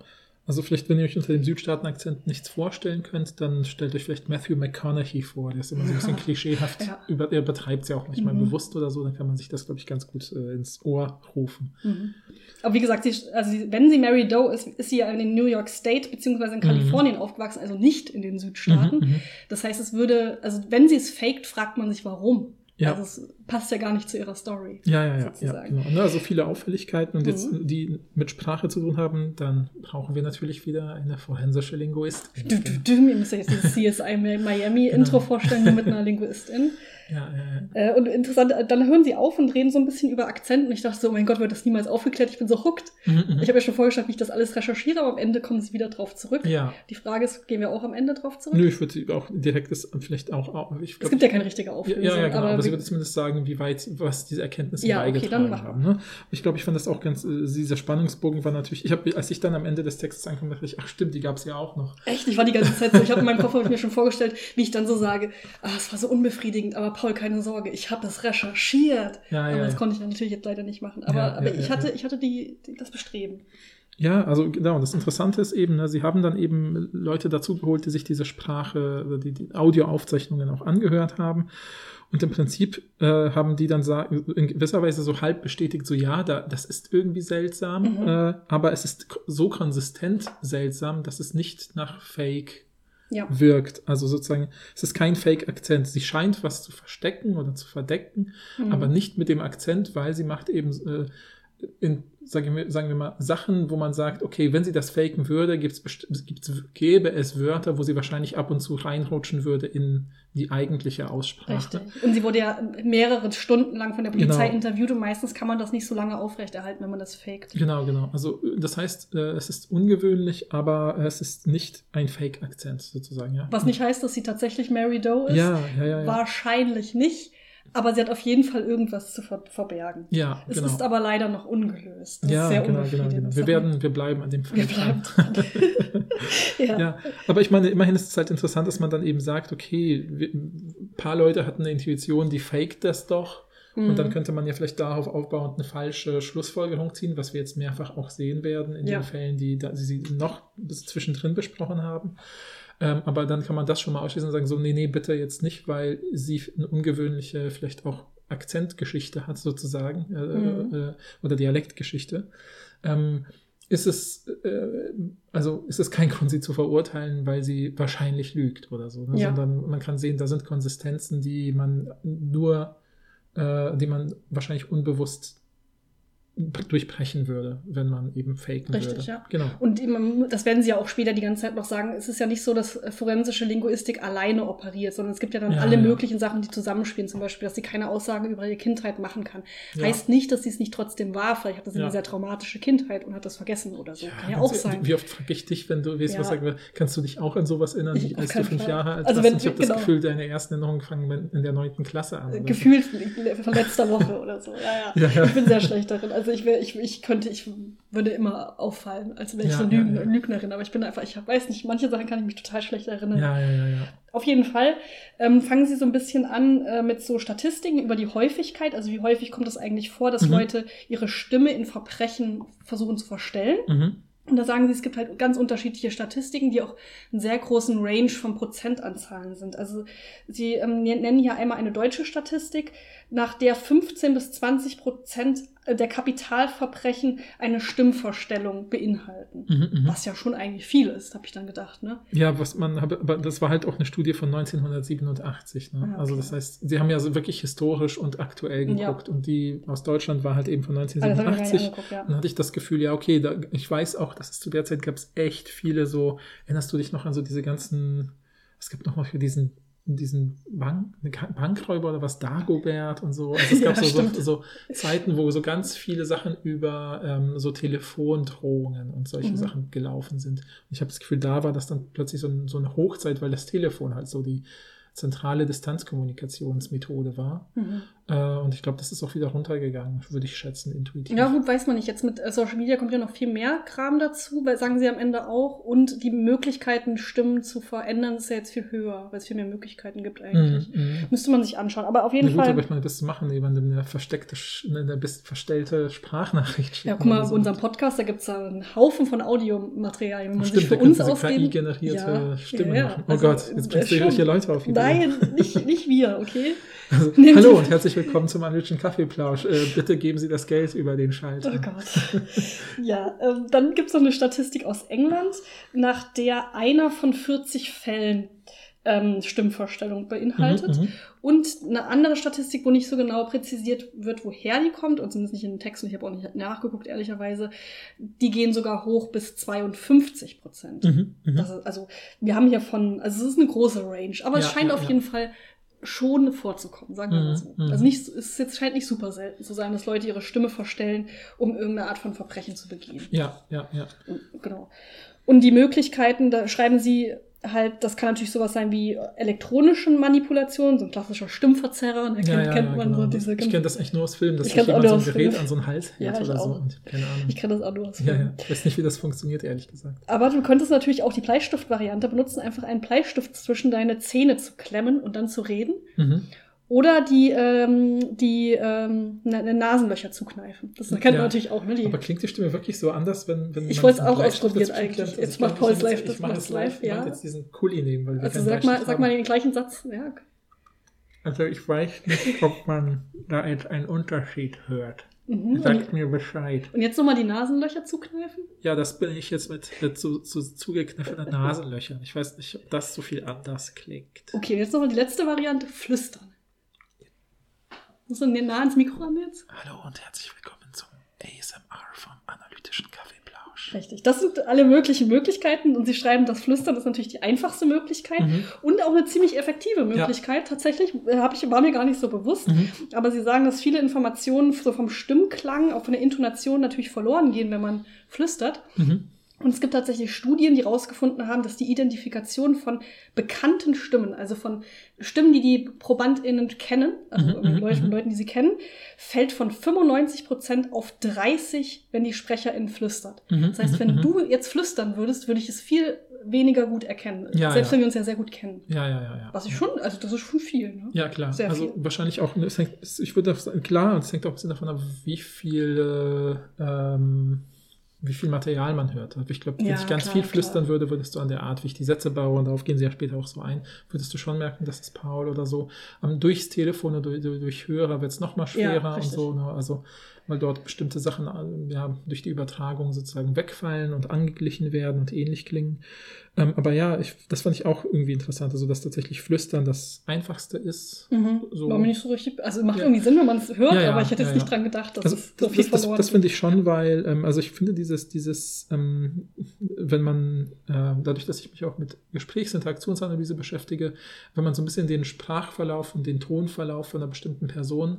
Also vielleicht, wenn ihr euch unter dem Südstaaten-Akzent nichts vorstellen könnt, dann stellt euch vielleicht Matthew McConaughey vor. Der ist immer so ein bisschen klischeehaft. Ja. Über, er übertreibt es ja auch manchmal mhm. bewusst oder so. Dann kann man sich das, glaube ich, ganz gut äh, ins Ohr rufen. Mhm. Aber wie gesagt, sie, also sie, wenn sie Mary Doe ist, ist sie ja in New York State beziehungsweise in Kalifornien mhm. aufgewachsen, also nicht in den Südstaaten. Mhm, das heißt, es würde, also wenn sie es faked, fragt man sich, warum. Ja. Also es passt ja gar nicht zu ihrer Story. Ja, ja, ja. ja genau. Ne, also viele Auffälligkeiten und mhm. jetzt, die mit Sprache zu tun haben, dann brauchen wir natürlich wieder eine forensische Linguistin. Du, du, du, ihr müsst ja jetzt dieses C S I Miami-Intro genau. vorstellen, nur mit einer Linguistin. Ja, ja, ja. Äh, und interessant, dann hören sie auf und reden so ein bisschen über Akzent und ich dachte so, oh mein Gott, wird das niemals aufgeklärt, ich bin so hooked. Mhm, ich habe ja schon vorgestellt, wie ich das alles recherchiere, aber am Ende kommen sie wieder drauf zurück. Ja. Die Frage ist, gehen wir auch am Ende drauf zurück? Nö, ich würde auch direkt das vielleicht auch... Ich glaub, es gibt ja keine richtige Auflösung. Ja, ja, genau, aber, aber sie würde zumindest sagen, wie weit, was diese Erkenntnisse ja, beigetragen okay, haben. Ne? Ich glaube, ich fand das auch ganz, äh, dieser Spannungsbogen war natürlich, ich habe, als ich dann am Ende des Textes ankomme, dachte ich, ach stimmt, die gab es ja auch noch. Echt? Ich war die ganze Zeit so, ich habe in meinem Kopf hab ich mir schon vorgestellt, wie ich dann so sage, ah, es war so unbefriedigend, aber Paul, keine Sorge, ich habe das recherchiert. Ja, aber ja, das ja. konnte ich natürlich jetzt leider nicht machen. Aber, ja, aber ja, ich ja, hatte, ja. ich hatte die, die, das Bestreben. Ja, also genau, das Interessante ist eben, ne, sie haben dann eben Leute dazugeholt, die sich diese Sprache, die, die Audioaufzeichnungen auch angehört haben. Und im Prinzip äh, haben die dann sa- in gewisser Weise so halb bestätigt, so ja, da, das ist irgendwie seltsam, mhm. äh, aber es ist k- so konsistent seltsam, dass es nicht nach Fake ja. wirkt. Also sozusagen, es ist kein Fake-Akzent. Sie scheint was zu verstecken oder zu verdecken, mhm. aber nicht mit dem Akzent, weil sie macht eben äh, in, sagen wir, sagen wir mal, Sachen, wo man sagt, okay, wenn sie das faken würde, gibt's best- gibt's, gäbe es Wörter, wo sie wahrscheinlich ab und zu reinrutschen würde in die eigentliche Aussprache. Richtig. Und sie wurde ja mehrere Stunden lang von der Polizei genau. interviewt und meistens kann man das nicht so lange aufrechterhalten, wenn man das faked. Genau, genau. Also das heißt, es ist ungewöhnlich, aber es ist nicht ein Fake-Akzent sozusagen. Ja. Was nicht heißt, dass sie tatsächlich Mary Doe ist. Ja, ja, ja, ja. Wahrscheinlich nicht. Aber sie hat auf jeden Fall irgendwas zu ver- verbergen. Ja, es genau. ist aber leider noch ungelöst. Das ja, ist sehr genau, genau, genau. Wir werden, wir bleiben an dem Fall. Wir bleiben dran. ja. ja, aber ich meine, immerhin ist es halt interessant, dass man dann eben sagt, okay, wir, ein paar Leute hatten eine Intuition, die faked das doch. Mhm. Und dann könnte man ja vielleicht darauf aufbauend eine falsche Schlussfolgerung ziehen, was wir jetzt mehrfach auch sehen werden in ja. den Fällen, die da, sie noch bis zwischendrin besprochen haben. Ähm, aber dann kann man das schon mal ausschließen und sagen, so, nee, nee, bitte jetzt nicht, weil sie eine ungewöhnliche, vielleicht auch Akzentgeschichte hat sozusagen, äh, mhm. äh, oder Dialektgeschichte. Ähm, ist es, äh, also ist es kein Grund, sie zu verurteilen, weil sie wahrscheinlich lügt oder so, ne? Ja. Sondern man kann sehen, da sind Konsistenzen, die man nur, äh, die man wahrscheinlich unbewusst durchbrechen würde, wenn man eben faken Richtig, würde. Richtig, ja. Genau. Und das werden sie ja auch später die ganze Zeit noch sagen, es ist ja nicht so, dass forensische Linguistik alleine operiert, sondern es gibt ja dann ja, alle ja. möglichen Sachen, die zusammenspielen, zum Beispiel, dass sie keine Aussagen über ihre Kindheit machen kann. Ja. Heißt nicht, dass sie es nicht trotzdem war, vielleicht hat sie ja. eine sehr traumatische Kindheit und hat das vergessen oder so. Ja, kann ja auch sein. Wie oft frage ich dich, wenn du weißt, ja. was sagst, kannst du dich auch an sowas erinnern, ich, als du fünf Fall. Jahre alt also warst? Wenn, ich habe genau. das Gefühl, deine ersten Erinnerungen fangen in der neunten Klasse an. Gefühlt von letzter Woche oder so. Ja, ja. Ja, ja. Ich bin sehr schlecht darin. Also ich, will, ich, ich könnte, ich würde immer auffallen, als wäre ich ja, so eine Lügner, ja, ja. Lügnerin, aber ich bin einfach, ich weiß nicht, manche Sachen kann ich mich total schlecht erinnern. Ja, ja, ja, ja. Auf jeden Fall ähm, fangen sie so ein bisschen an äh, mit so Statistiken über die Häufigkeit, also wie häufig kommt es eigentlich vor, dass mhm. Leute ihre Stimme in Verbrechen versuchen zu verstellen. Mhm. Und da sagen sie, es gibt halt ganz unterschiedliche Statistiken, die auch einen sehr großen Range von Prozentanzahlen sind. Also sie ähm, nennen hier einmal eine deutsche Statistik, nach der fünfzehn bis zwanzig Prozent der Kapitalverbrechen eine Stimmvorstellung beinhalten. Mhm, was ja schon eigentlich viel ist, habe ich dann gedacht, ne? Ja, was man, aber das war halt auch eine Studie von neunzehnhundertsiebenundachtzig, ne? Ah, okay. Also das heißt, sie haben ja so wirklich historisch und aktuell geguckt ja. und die aus Deutschland war halt eben von neunzehnhundertsiebenundachtzig. Also ja. Dann hatte ich das Gefühl, ja, okay, da, ich weiß auch, dass es zu der Zeit gab es echt viele so, erinnerst du dich noch an so diese ganzen, es gibt noch mal für diesen diesen Bank, Bankräuber oder was, Dagobert und so. Also es gab ja, so, so, so Zeiten, wo so ganz viele Sachen über ähm, so Telefondrohungen und solche mhm. Sachen gelaufen sind. Und ich habe das Gefühl, da war das dann plötzlich so, ein, so eine Hochzeit, weil das Telefon halt so die zentrale Distanzkommunikationsmethode war. Mhm. Äh, und ich glaube, das ist auch wieder runtergegangen, würde ich schätzen, intuitiv. Ja gut, weiß man nicht. Jetzt mit Social Media kommt ja noch viel mehr Kram dazu, weil sagen sie am Ende auch. Und die Möglichkeiten, Stimmen zu verändern, ist ja jetzt viel höher, weil es viel mehr Möglichkeiten gibt eigentlich. Mhm. Müsste man sich anschauen. Aber auf jeden ja, Fall... Gut, aber ich meine, das zu machen, jemandem eine versteckte, eine verstellte Sprachnachricht schicken. Ja, guck mal, auf so. unserem Podcast, da gibt es ja einen Haufen von Audiomaterialien, wenn man Stimmt, sich für da uns diese ausgeben. K I-generierte ja, Stimmen ja, ja. machen. Oh also, Gott, jetzt bringst du irgendwelche Leute auf. Nein, nicht, nicht wir, okay? Also, hallo und herzlich willkommen zum analytischen Kaffeeplausch. Äh, bitte geben Sie das Geld über den Schalter. Oh Gott. Ja, ähm, dann gibt es noch eine Statistik aus England, nach der einer von vierzig Fällen ähm, Stimmvorstellung beinhaltet. Mhm, und eine andere Statistik, wo nicht so genau präzisiert wird, woher die kommt, und zumindest nicht in den Texten, ich habe auch nicht nachgeguckt, ehrlicherweise, die gehen sogar hoch bis zweiundfünfzig Prozent. Mhm, das ist, also wir haben hier von, also es ist eine große Range, aber ja, es scheint ja, auf ja. jeden Fall schon vorzukommen, sagen wir mal so. Mhm. Also nicht, es jetzt scheint nicht super selten zu sein, dass Leute ihre Stimme verstellen, um irgendeine Art von Verbrechen zu begehen. Ja, ja, ja. Und, genau. Und die Möglichkeiten, da schreiben sie halt, das kann natürlich sowas sein wie elektronischen Manipulationen, so ein klassischer Stimmverzerrer. Da kennt, ja, ja, kennt ja, man genau. so diese. Ich kenne das echt nur aus Filmen, dass ich sich jemand so ein Gerät Film. an so einen Hals hält ja, oder auch. so. Und keine Ahnung. Ich kenne das auch nur aus Filmen. Ja, ja. Ich weiß nicht, wie das funktioniert, ehrlich gesagt. Aber du könntest natürlich auch die Bleistift-Variante benutzen, einfach einen Bleistift zwischen deine Zähne zu klemmen und dann zu reden. Mhm. Oder die, ähm, die ähm, Nasenlöcher zukneifen. Das kennt ja, man natürlich auch. Ne? Die aber klingt die Stimme wirklich so anders, wenn, wenn ich wollte es auch ausprobieren eigentlich. Also jetzt macht Pauls live, das macht es live. Ich ja. jetzt diesen Kuli nehmen, weil wir also sag mal, sag mal den gleichen Satz. Ja, okay. Also ich weiß nicht, ob man da jetzt einen Unterschied hört. Mhm. Sagt mir Bescheid. Und jetzt nochmal die Nasenlöcher zukneifen? Ja, das bin ich jetzt mit, mit zu, zu zugekniffenen Nasenlöchern. Ich weiß nicht, ob das so viel anders klingt. Okay, jetzt nochmal die letzte Variante, flüstern. Musst du nah ans Mikro ran jetzt? Hallo und herzlich willkommen zum A S M R vom analytischen Kaffeeplausch. Richtig, das sind alle möglichen Möglichkeiten und sie schreiben, das Flüstern ist natürlich die einfachste Möglichkeit mhm. und auch eine ziemlich effektive Möglichkeit. Ja. Tatsächlich hab ich, war mir gar nicht so bewusst, mhm. aber sie sagen, dass viele Informationen so vom Stimmklang, auch von der Intonation natürlich verloren gehen, wenn man flüstert. Mhm. Und es gibt tatsächlich Studien, die herausgefunden haben, dass die Identifikation von bekannten Stimmen, also von Stimmen, die die ProbandInnen kennen, also mhm, Leute, von Leuten, die sie kennen, fällt von fünfundneunzig Prozent auf dreißig, wenn die SprecherInnen flüstert. Mhm, das heißt, wenn mhm. du jetzt flüstern würdest, würde ich es viel weniger gut erkennen. Ja, Selbst ja. wenn wir uns ja sehr gut kennen. Ja, ja, ja, ja. Was ich schon, also das ist schon viel, ne? Ja, klar. Sehr also viel. Wahrscheinlich auch, es hängt, ich würde sagen, klar, und es hängt auch ein bisschen davon ab, wie viel ähm, wie viel Material man hört. Ich glaube, wenn ja, ich ganz klar, viel flüstern klar. würde, würdest du an der Art, wie ich die Sätze baue, und darauf gehen sie ja später auch so ein, würdest du schon merken, das ist Paul oder so. Um, durchs Telefon oder durch, durch Hörer wird es noch mal schwerer ja, und so. Ne? Also, weil dort bestimmte Sachen ja, durch die Übertragung sozusagen wegfallen und angeglichen werden und ähnlich klingen. Ähm, aber ja, ich, das fand ich auch irgendwie interessant, also dass tatsächlich Flüstern das Einfachste ist. Mhm. So. War mir nicht so richtig, also macht ja. irgendwie Sinn, wenn man es hört, ja, ja, aber ich hätte jetzt ja, nicht ja. dran gedacht, dass also, es so das, viel das, verloren Das, das finde ich schon, weil, ähm, also ich finde dieses, dieses ähm, wenn man, äh, dadurch, dass ich mich auch mit Gesprächs- und Interaktionsanalyse beschäftige, wenn man so ein bisschen den Sprachverlauf und den Tonverlauf von einer bestimmten Person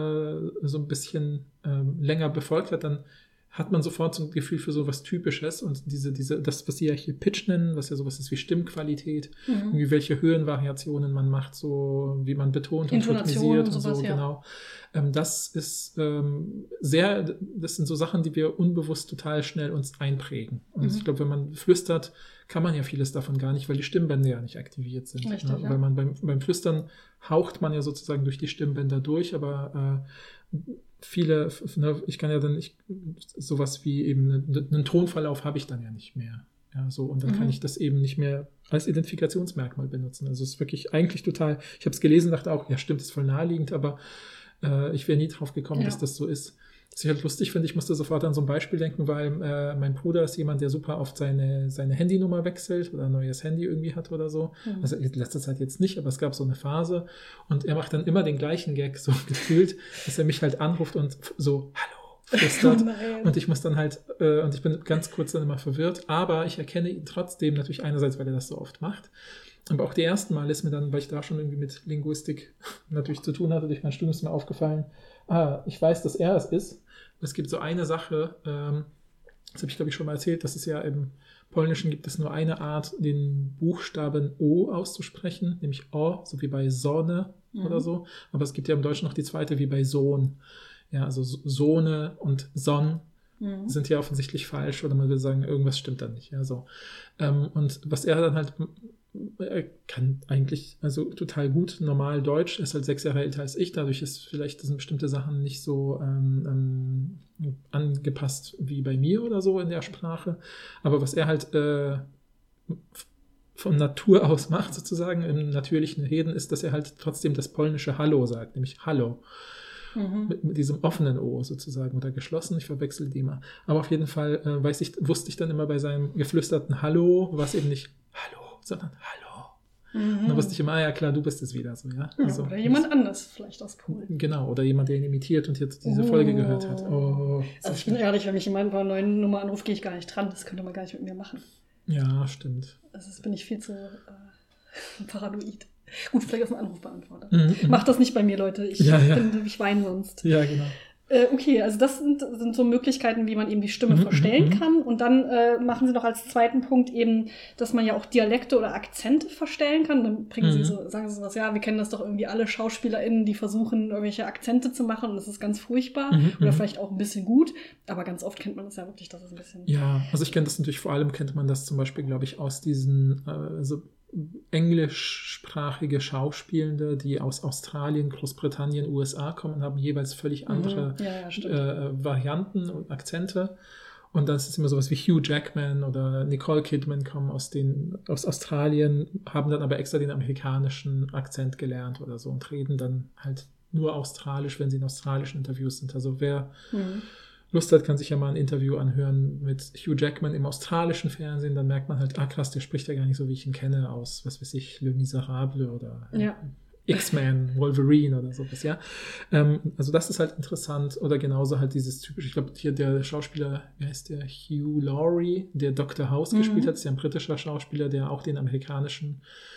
so ein bisschen ähm, länger befolgt hat, dann hat man sofort so ein Gefühl für so was Typisches und diese, diese, das, was sie ja hier Pitch nennen, was ja sowas ist wie Stimmqualität, mhm. irgendwie welche Höhenvariationen man macht, so wie man betont und rhythmisiert und, und sowas, so, ja. genau. Ähm, das ist ähm, sehr, das sind so Sachen, die wir unbewusst total schnell uns einprägen. Und mhm. ich glaube, wenn man flüstert, kann man ja vieles davon gar nicht, weil die Stimmbänder ja nicht aktiviert sind. Richtig, ne? ja. Weil man beim, beim Flüstern haucht man ja sozusagen durch die Stimmbänder durch, aber äh, viele, ne, ich kann ja dann nicht, sowas wie eben einen, einen Tonverlauf habe ich dann ja nicht mehr. Ja, so, und dann mhm. kann ich das eben nicht mehr als Identifikationsmerkmal benutzen. Also es ist wirklich eigentlich total, ich habe es gelesen, dachte auch, ja stimmt, ist voll naheliegend, aber äh, ich wäre nie drauf gekommen, ja. dass das so ist. Was ich halt lustig finde, ich musste sofort an so ein Beispiel denken, weil äh, mein Bruder ist jemand, der super oft seine, seine Handynummer wechselt oder ein neues Handy irgendwie hat oder so. Mhm. Also in letzter Zeit jetzt nicht, aber es gab so eine Phase und er macht dann immer den gleichen Gag, so gefühlt, dass er mich halt anruft und so, hallo, flüstert. Oh und ich muss dann halt, äh, und ich bin ganz kurz dann immer verwirrt, aber ich erkenne ihn trotzdem natürlich einerseits, weil er das so oft macht. Aber auch die ersten Mal ist mir dann, weil ich da schon irgendwie mit Linguistik natürlich zu tun hatte, durch mein Studium ist mir aufgefallen, ah, ich weiß, dass er es ist. Es gibt so eine Sache, ähm, das habe ich glaube ich schon mal erzählt, das ist ja eben Polnischen gibt es nur eine Art, den Buchstaben O auszusprechen, nämlich O, so wie bei Sonne mhm. oder so. Aber es gibt ja im Deutschen noch die zweite, wie bei Sohn. Ja, also Sohne und Sonn mhm. sind ja offensichtlich falsch oder man will sagen, irgendwas stimmt da nicht. Ja, so. Ähm, und was er dann halt, er kann eigentlich also total gut normal Deutsch, er ist halt sechs Jahre älter als ich, dadurch ist vielleicht sind bestimmte Sachen nicht so ähm, ähm, angepasst wie bei mir oder so in der Sprache. Aber was er halt äh, von Natur aus macht, sozusagen im natürlichen Reden, ist, dass er halt trotzdem das polnische Hallo sagt, nämlich Hallo. Mhm. Mit, mit diesem offenen O sozusagen oder geschlossen, ich verwechsel die immer. Aber auf jeden Fall äh, weiß ich, wusste ich dann immer bei seinem geflüsterten Hallo, was eben nicht Hallo, sondern Hallo. Mhm. Und dann wusste ich immer, ah, ja klar, du bist es wieder. So, ja? Ja, also, oder jemand anders, vielleicht aus Polen. Genau, oder jemand, der ihn imitiert und jetzt diese oh. Folge gehört hat. Oh, also ich bin ehrlich, wenn mich jemand bei einer neuen Nummer anruft, gehe ich gar nicht dran. Das könnte man gar nicht mit mir machen. Ja, stimmt. Also das bin ich viel zu äh, paranoid. Gut, vielleicht auf den Anrufbeantworter. Mhm, Macht das nicht bei mir, Leute. Ich, ja, ja. Bin, ich weine sonst. Ja, genau. Äh, okay, also das sind, sind so Möglichkeiten, wie man eben die Stimme mhm, verstellen mhm. kann. Und dann äh, machen sie noch als zweiten Punkt eben, dass man ja auch Dialekte oder Akzente verstellen kann. Dann bringen mhm. sie so, sagen sie sowas, ja, wir kennen das doch irgendwie alle SchauspielerInnen, die versuchen, irgendwelche Akzente zu machen und das ist ganz furchtbar. Mhm, oder vielleicht auch ein bisschen gut. Aber ganz oft kennt man das ja wirklich, dass es ein bisschen... Ja, also ich kenne das natürlich, vor allem kennt man das zum Beispiel, glaube ich, aus diesen äh, so englischsprachige Schauspielende, die aus Australien, Großbritannien, U S A kommen, haben jeweils völlig andere mhm. ja, ja, äh, Varianten und Akzente. Und dann ist es immer sowas wie Hugh Jackman oder Nicole Kidman kommen aus, den, aus Australien, haben dann aber extra den amerikanischen Akzent gelernt oder so und reden dann halt nur australisch, wenn sie in australischen Interviews sind. Also wer mhm. Lust hat, kann sich ja mal ein Interview anhören mit Hugh Jackman im australischen Fernsehen, dann merkt man halt, ah krass, der spricht ja gar nicht so, wie ich ihn kenne, aus, was weiß ich, Le Miserable oder ja. X-Men, Wolverine oder sowas, ja. Ähm, also das ist halt interessant oder genauso halt dieses typische, ich glaube hier der Schauspieler, wie heißt der, Hugh Laurie, der Doctor House mhm. gespielt hat, ist ja ein britischer Schauspieler, der auch den amerikanischen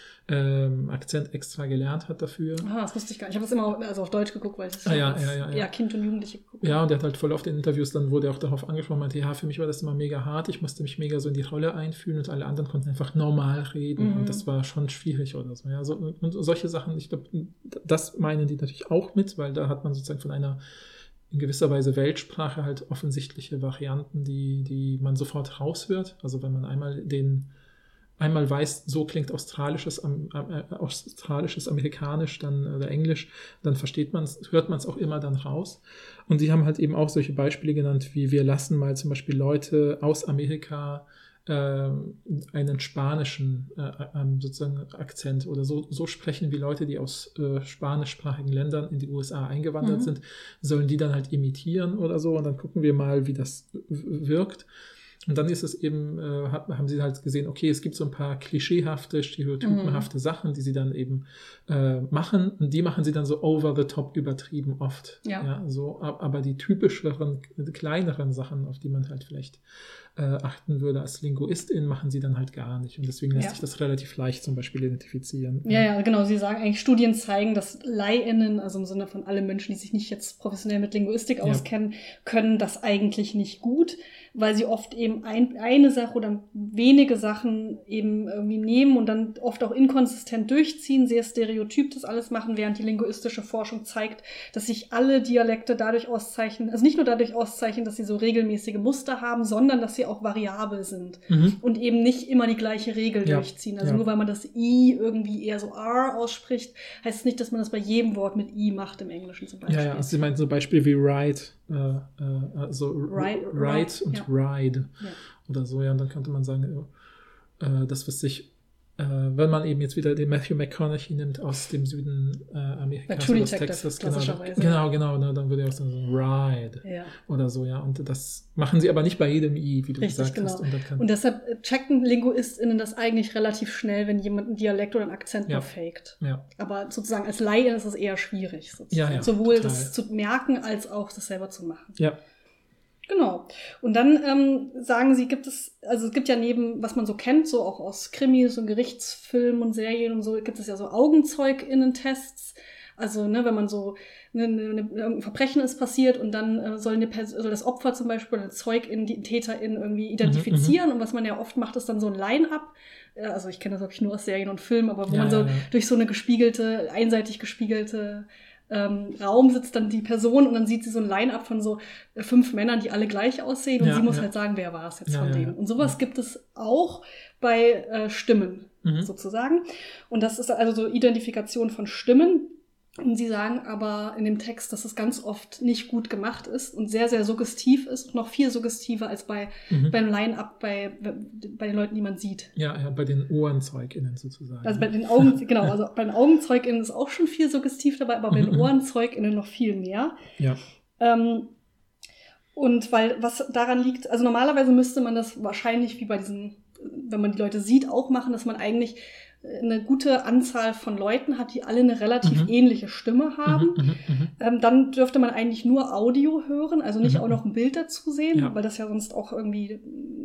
Ähm, Akzent extra gelernt hat dafür. Ah, das wusste ich gar nicht. Ich habe das immer also auf Deutsch geguckt, weil ich das ah, ja, als ja, ja, ja, Kind und Jugendliche geguckt habe. Ja, und der hat halt voll oft in Interviews, dann wurde er auch darauf angesprochen, meinte, ja, für mich war das immer mega hart, ich musste mich mega so in die Rolle einfühlen und alle anderen konnten einfach normal reden mhm. und das war schon schwierig oder so. Ja, so, und solche Sachen, ich glaube, das meinen die natürlich auch mit, weil da hat man sozusagen von einer in gewisser Weise Weltsprache halt offensichtliche Varianten, die, die man sofort raushört. Also wenn man einmal den einmal weiß, so klingt australisches, äh, australisches Amerikanisch dann, oder Englisch, dann versteht man es, hört man es auch immer dann raus. Und sie haben halt eben auch solche Beispiele genannt, wie wir lassen mal zum Beispiel Leute aus Amerika äh, einen spanischen äh, äh, sozusagen Akzent oder so, so sprechen wie Leute, die aus äh, spanischsprachigen Ländern in die U S A eingewandert mhm. sind, sollen die dann halt imitieren oder so und dann gucken wir mal, wie das wirkt. Und dann ist es eben, äh, haben sie halt gesehen, okay, es gibt so ein paar klischeehafte, stereotypenhafte mm. Sachen, die sie dann eben äh, machen. Und die machen sie dann so over the top übertrieben oft. Ja. Ja, so, aber die typischeren, kleineren Sachen, auf die man halt vielleicht äh, achten würde als Linguistin, machen sie dann halt gar nicht. Und deswegen lässt ja. sich das relativ leicht zum Beispiel identifizieren. Ja, ja, genau. Sie sagen eigentlich, Studien zeigen, dass LaiInnen, also im Sinne von alle Menschen, die sich nicht jetzt professionell mit Linguistik auskennen, ja. können das eigentlich nicht gut, weil sie oft eben ein, eine Sache oder wenige Sachen eben irgendwie nehmen und dann oft auch inkonsistent durchziehen, sehr stereotyp das alles machen, während die linguistische Forschung zeigt, dass sich alle Dialekte dadurch auszeichnen, also nicht nur dadurch auszeichnen, dass sie so regelmäßige Muster haben, sondern dass sie auch variabel sind mhm. und eben nicht immer die gleiche Regel ja. durchziehen. Also ja. nur weil man das I irgendwie eher so R ausspricht, heißt es nicht, dass man das bei jedem Wort mit I macht im Englischen zum Beispiel. Ja, ja. Also Sie meinen so Beispiele wie ride, äh, äh, so ride, ride, ride und ja. ride ja. oder so. Ja, und dann könnte man sagen, äh, das, was sich Äh, wenn man eben jetzt wieder den Matthew McConaughey nimmt aus dem Süden äh, Amerikas, aus Texas, genau, genau, genau, ne, dann würde er auch sagen, so, Ride ja. oder so, ja, und das machen sie aber nicht bei jedem I, wie du Richtig, gesagt genau. hast. Und, kann und deshalb checken LinguistInnen das eigentlich relativ schnell, wenn jemand einen Dialekt oder einen Akzent ja. nur faked. Ja. Aber sozusagen als Laie ist es eher schwierig, ja, ja, sowohl total. das zu merken, als auch das selber zu machen. Ja. Genau. Und dann ähm, sagen sie, gibt es, also es gibt ja neben, was man so kennt, so auch aus Krimis und Gerichtsfilmen und Serien und so, gibt es ja so AugenzeugInnen-Tests. Also, ne, wenn man so, ne, ne, ne, irgendein Verbrechen ist passiert und dann äh, soll, eine Pers- soll das Opfer zum Beispiel, eine Zeugin, die Täterin irgendwie identifizieren. Mhm, und was man ja oft macht, ist dann so ein Line-Up. Also ich kenne das wirklich nur aus Serien und Filmen, aber wo ja, man so ja, ja. durch so eine gespiegelte, einseitig gespiegelte ähm, Raum sitzt dann die Person und dann sieht sie so ein Line-Up von so äh, fünf Männern, die alle gleich aussehen und ja, sie muss ja. halt sagen, wer war es jetzt ja, von ja, denen. Und sowas ja. gibt es auch bei äh, Stimmen mhm. sozusagen. Und das ist also so Identifikation von Stimmen. Und sie sagen aber in dem Text, dass es ganz oft nicht gut gemacht ist und sehr, sehr suggestiv ist und noch viel suggestiver als bei mhm. beim Line-Up bei, bei den Leuten, die man sieht. Ja, ja, bei den OhrenzeugInnen sozusagen. Also bei den Augen, genau, also bei den AugenzeugInnen ist auch schon viel suggestiv dabei, aber bei den OhrenzeugInnen noch viel mehr. Ja. Ähm, und weil, was daran liegt, also normalerweise müsste man das wahrscheinlich wie bei diesen, wenn man die Leute sieht, auch machen, dass man eigentlich eine gute Anzahl von Leuten hat, die alle eine relativ mhm. ähnliche Stimme haben. Mhm, mhm, ähm, dann dürfte man eigentlich nur Audio hören, also nicht mhm. auch noch ein Bild dazu sehen, ja. weil das ja sonst auch irgendwie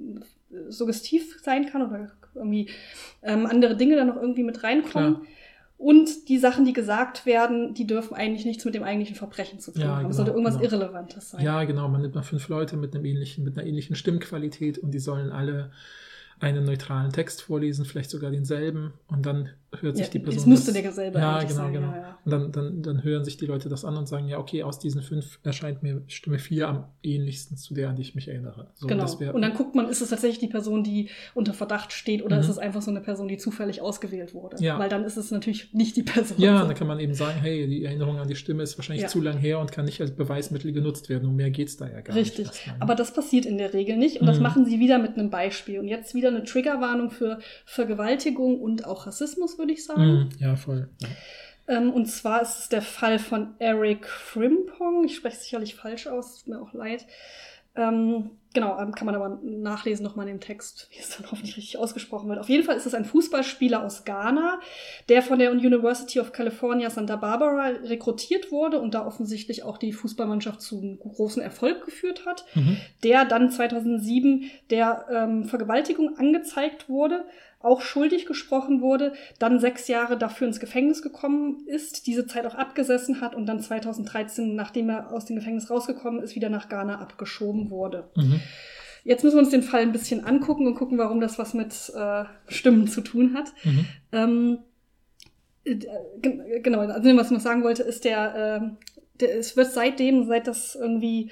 suggestiv sein kann oder irgendwie ähm, andere Dinge dann noch irgendwie mit reinkommen. Klar. Und die Sachen, die gesagt werden, die dürfen eigentlich nichts mit dem eigentlichen Verbrechen zu tun ja, haben. Es genau, sollte irgendwas genau. Irrelevantes sein. Ja, genau. Man nimmt mal fünf Leute mit einem ähnlichen, mit einer ähnlichen Stimmqualität und die sollen alle einen neutralen Text vorlesen, vielleicht sogar denselben, und dann hört sich ja, die Person... Es müsste derselbe ja, eigentlich genau, sein. genau. Ja, ja. Und dann, dann, dann hören sich die Leute das an und sagen, ja, okay, aus diesen fünf erscheint mir Stimme vier am ähnlichsten zu der, an die ich mich erinnere. So, genau. Das wär, und dann guckt man, ist es tatsächlich die Person, die unter Verdacht steht, oder mhm. ist es einfach so eine Person, die zufällig ausgewählt wurde? Ja. Weil dann ist es natürlich nicht die Person. Ja, dann kann man eben sagen, hey, die Erinnerung an die Stimme ist wahrscheinlich ja. zu lang her und kann nicht als Beweismittel genutzt werden. Um mehr geht's da ja gar Richtig. nicht. Richtig, aber das passiert in der Regel nicht. Und mhm. das machen sie wieder mit einem Beispiel. Und jetzt wieder eine Triggerwarnung für Vergewaltigung und auch Rassismus, würde ich sagen. Mhm. Ja, voll. Ja. Ähm, und zwar ist es der Fall von Eric Frimpong. Ich spreche es sicherlich falsch aus, tut mir auch leid. Ähm, genau, kann man aber nachlesen nochmal in dem Text, wie es dann hoffentlich richtig ausgesprochen wird. Auf jeden Fall ist es ein Fußballspieler aus Ghana, der von der University of California Santa Barbara rekrutiert wurde und da offensichtlich auch die Fußballmannschaft zu einem großen Erfolg geführt hat, mhm. der dann zweitausendsieben der ähm, Vergewaltigung angezeigt wurde, auch schuldig gesprochen wurde, dann sechs Jahre dafür ins Gefängnis gekommen ist, diese Zeit auch abgesessen hat und dann zweitausenddreizehn, nachdem er aus dem Gefängnis rausgekommen ist, wieder nach Ghana abgeschoben wurde. Mhm. Jetzt müssen wir uns den Fall ein bisschen angucken und gucken, warum das was mit äh, Stimmen zu tun hat. Mhm. Ähm, äh, g- genau, also was ich noch sagen wollte, ist der, äh, der, es wird seitdem, seit das irgendwie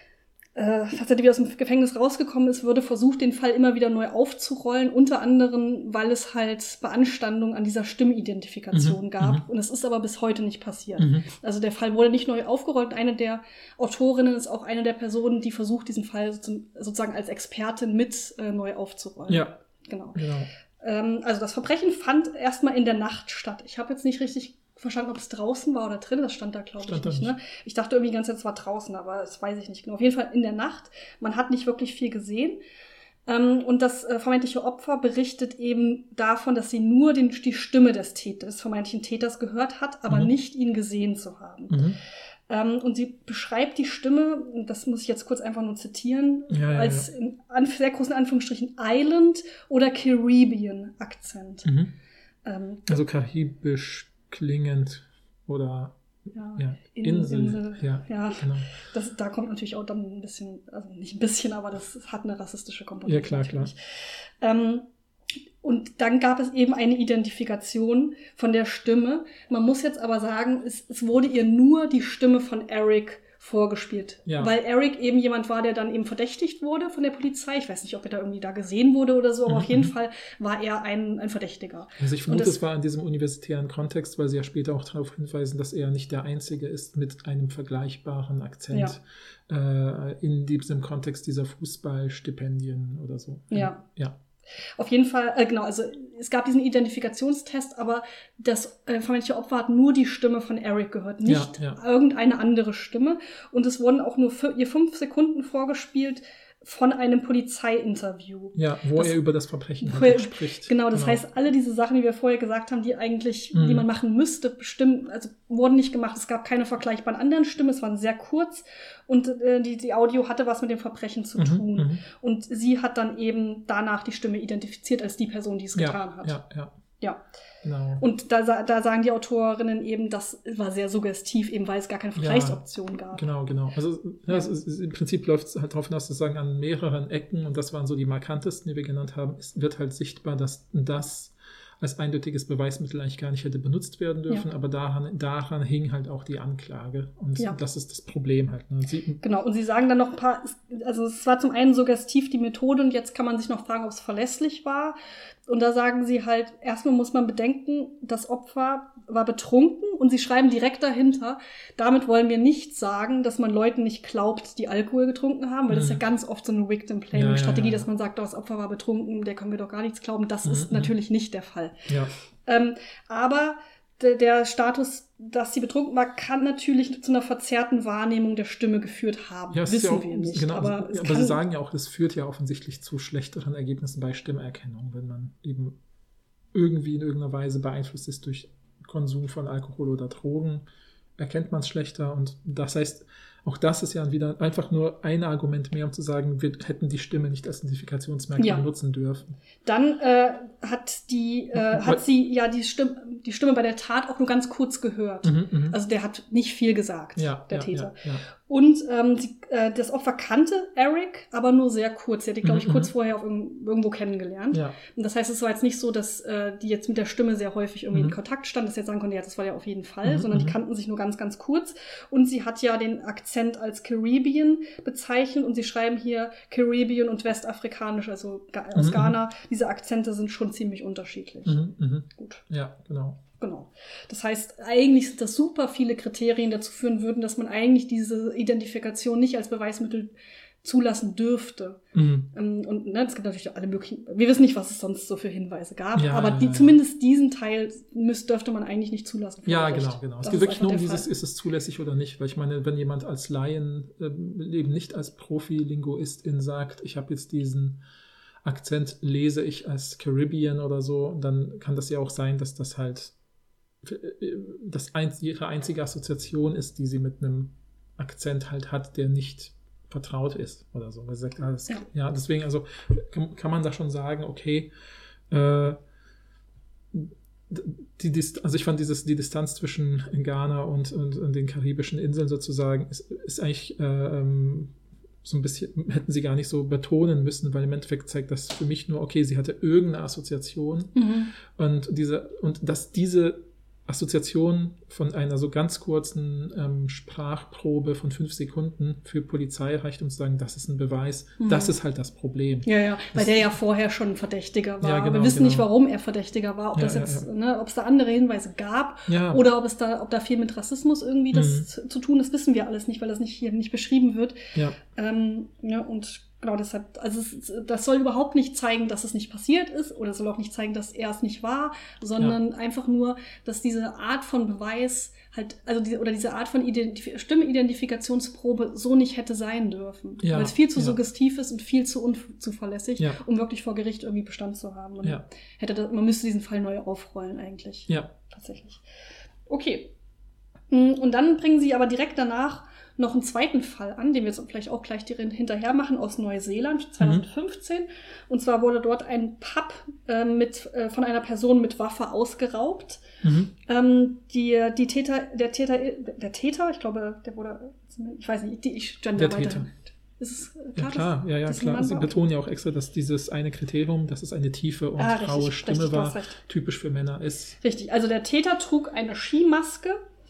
Äh, als er wieder aus dem Gefängnis rausgekommen ist, wurde versucht, den Fall immer wieder neu aufzurollen, unter anderem, weil es halt Beanstandung an dieser Stimmidentifikation mhm, gab. Mhm. Und es ist aber bis heute nicht passiert. Mhm. Also der Fall wurde nicht neu aufgerollt. Eine der Autorinnen ist auch eine der Personen, die versucht, diesen Fall sozusagen als Expertin mit äh, neu aufzurollen. Ja, genau. genau. Ähm, also das Verbrechen fand erstmal in der Nacht statt. Ich habe jetzt nicht richtig verstanden, ob es draußen war oder drin. Das stand da, glaube ich, nicht. Ne? Ich dachte irgendwie die ganze Zeit, es war draußen, aber das weiß ich nicht genau. Auf jeden Fall in der Nacht. Man hat nicht wirklich viel gesehen. Ähm, und das äh, vermeintliche Opfer berichtet eben davon, dass sie nur den, die Stimme des, Tät- des vermeintlichen Täters gehört hat, aber mhm. nicht ihn gesehen zu haben. Mhm. Ähm, und sie beschreibt die Stimme, das muss ich jetzt kurz einfach nur zitieren, ja, ja, als ja. in an, sehr großen Anführungsstrichen Island- oder Caribbean-Akzent. Mhm. Ähm, also karibisch klingend oder ja, ja, in, Insel. Insel. Ja, ja genau. Das, da kommt natürlich auch dann ein bisschen, also nicht ein bisschen, aber das hat eine rassistische Komponente. Ja, klar, natürlich. klar. Ähm, und dann gab es eben eine Identifikation von der Stimme. Man muss jetzt aber sagen, es, es wurde ihr nur die Stimme von Eric vorgespielt. Ja. Weil Eric eben jemand war, der dann eben verdächtigt wurde von der Polizei. Ich weiß nicht, ob er da irgendwie da gesehen wurde oder so, aber mhm. auf jeden Fall war er ein, ein Verdächtiger. Also ich vermute, es war in diesem universitären Kontext, weil sie ja später auch darauf hinweisen, dass er nicht der Einzige ist mit einem vergleichbaren Akzent ja. äh, in diesem Kontext dieser Fußballstipendien oder so. Ja. Ja. Auf jeden Fall, äh, genau, also es gab diesen Identifikationstest, aber das äh, vermeintliche Opfer hat nur die Stimme von Eric gehört, nicht ja, ja. irgendeine andere Stimme. Und es wurden auch nur für, ihr fünf Sekunden vorgespielt von einem Polizeiinterview. Ja, wo das, er über das Verbrechen er, spricht. Genau, das genau. heißt, alle diese Sachen, die wir vorher gesagt haben, die eigentlich, mhm. die man machen müsste, bestimmt, also wurden nicht gemacht. Es gab keine vergleichbaren anderen Stimmen, es waren sehr kurz und äh, die, die Audio hatte was mit dem Verbrechen zu mhm, tun. Mhm. Und sie hat dann eben danach die Stimme identifiziert als die Person, die es ja, getan hat. Ja, ja. Ja. Genau. Und da, da sagen die Autorinnen eben, das war sehr suggestiv, eben weil es gar keine Vergleichsoption ja, gab. Genau, genau. Also ja, ja. Es ist, im Prinzip läuft es halt darauf hinaus, zu sagen, an mehreren Ecken, und das waren so die markantesten, die wir genannt haben, es wird halt sichtbar, dass das als eindeutiges Beweismittel eigentlich gar nicht hätte benutzt werden dürfen, ja. aber daran, daran hing halt auch die Anklage. Und ja. das ist das Problem halt. Ne? Sie, genau, und sie sagen dann noch ein paar, also es war zum einen suggestiv die Methode, und jetzt kann man sich noch fragen, ob es verlässlich war. Und da sagen sie halt, erstmal muss man bedenken, das Opfer war betrunken, und sie schreiben direkt dahinter, damit wollen wir nicht sagen, dass man Leuten nicht glaubt, die Alkohol getrunken haben, weil mhm. das ist ja ganz oft so eine Victim-Blaming-Strategie, ja, ja, ja. dass man sagt, das Opfer war betrunken, der können wir doch gar nichts glauben. Das mhm. ist natürlich nicht der Fall. Ja. Ähm, aber de- der Status, dass sie betrunken war, kann natürlich zu einer verzerrten Wahrnehmung der Stimme geführt haben. Ja, Wissen ja auch, wir nicht. Genau, aber aber, aber sie sagen ja auch, das führt ja offensichtlich zu schlechteren Ergebnissen bei Stimmerkennung, wenn man eben irgendwie in irgendeiner Weise beeinflusst ist durch Konsum von Alkohol oder Drogen, erkennt man es schlechter. Und das heißt, auch das ist ja wieder einfach nur ein Argument mehr, um zu sagen, wir hätten die Stimme nicht als Identifikationsmerkmal ja. nutzen dürfen. Dann äh, hat die äh, hat sie ja die Stimme, die Stimme bei der Tat auch nur ganz kurz gehört. Mhm, also der hat nicht viel gesagt, ja, der ja, Täter. Ja, ja. Und ähm, sie, äh, das Opfer kannte Eric, aber nur sehr kurz. Sie hat ihn, glaube ich, mhm, kurz vorher auf irg- irgendwo kennengelernt. Ja. Und das heißt, es war jetzt nicht so, dass äh, die jetzt mit der Stimme sehr häufig irgendwie mhm. in Kontakt stand, dass sie jetzt sagen konnte, ja, das war ja auf jeden Fall, mhm, sondern die mhm. kannten sich nur ganz, ganz kurz. Und sie hat ja den Akzent als Caribbean bezeichnet, und sie schreiben hier Caribbean und westafrikanisch, also aus mhm. Ghana. Diese Akzente sind schon ziemlich unterschiedlich. Mhm, mhm. Gut. Ja, genau. Genau. Das heißt, eigentlich sind das super viele Kriterien, dazu führen würden, dass man eigentlich diese Identifikation nicht als Beweismittel zulassen dürfte. Mhm. Und ne, es gibt natürlich alle möglichen, wir wissen nicht, was es sonst so für Hinweise gab, ja, aber ja, die, ja. zumindest diesen Teil müsst, dürfte man eigentlich nicht zulassen. Ja, Recht. genau, genau. Es Das geht wirklich nur um dieses, Fall. Ist es zulässig oder nicht? Weil ich meine, wenn jemand als Laien, äh, eben nicht als Profi-Linguistin sagt, ich habe jetzt diesen Akzent, lese ich als Caribbean oder so, dann kann das ja auch sein, dass das halt das ein, ihre einzige Assoziation ist, die sie mit einem Akzent halt hat, der nicht vertraut ist oder so. Weil sie sagt, ah, das, ja. ja, deswegen, also kann, kann man da schon sagen, okay, äh, die Dist- also ich fand dieses, die Distanz zwischen Ghana und, und, und den karibischen Inseln sozusagen ist, ist eigentlich äh, ähm, so ein bisschen, hätten sie gar nicht so betonen müssen, weil im Endeffekt zeigt das für mich nur, okay, sie hatte irgendeine Assoziation mhm. und diese, und dass diese Assoziation von einer so ganz kurzen ähm, Sprachprobe von fünf Sekunden für Polizei reicht, um zu sagen, das ist ein Beweis. Mhm. Das ist halt das Problem. Ja, ja, weil das, der ja vorher schon ein Verdächtiger war. Ja, genau, wir wissen genau. nicht, warum er Verdächtiger war, ob ja, das jetzt, ja, ja. ne, ob es da andere Hinweise gab ja. oder ob es da, ob da viel mit Rassismus irgendwie das mhm. zu, zu tun ist, wissen wir alles nicht, weil das nicht hier nicht beschrieben wird. Ja. Ähm, ja, und genau deshalb, also es, das soll überhaupt nicht zeigen, dass es nicht passiert ist, oder soll auch nicht zeigen, dass er es nicht war, sondern ja. einfach nur, dass diese Art von Beweis halt, also die, oder diese Art von Identif- Stimmenidentifikationsprobe so nicht hätte sein dürfen. Ja. Weil es viel zu ja. suggestiv ist und viel zu unzuverlässig, ja. um wirklich vor Gericht irgendwie Bestand zu haben. Und ja. hätte das, man müsste diesen Fall neu aufrollen eigentlich. Ja. Tatsächlich. Okay. Und dann bringen sie aber direkt danach noch einen zweiten Fall an, den wir jetzt vielleicht auch gleich hinterher machen, aus Neuseeland, zwanzig fünfzehn. Mhm. Und zwar wurde dort ein Pub äh, mit, äh, von einer Person mit Waffe ausgeraubt. Mhm. Ähm, die, die Täter, der Täter, der Täter, ich glaube, der wurde, ich weiß nicht, die, ich gender der weiter. Täter. Ist es klar? Ja, klar, ja, ja, klar. Sie betonen ja auch extra, dass dieses eine Kriterium, dass es eine tiefe und ah, raue richtig, Stimme richtig, war, typisch für Männer ist. Richtig, also der Täter trug eine Skimaske.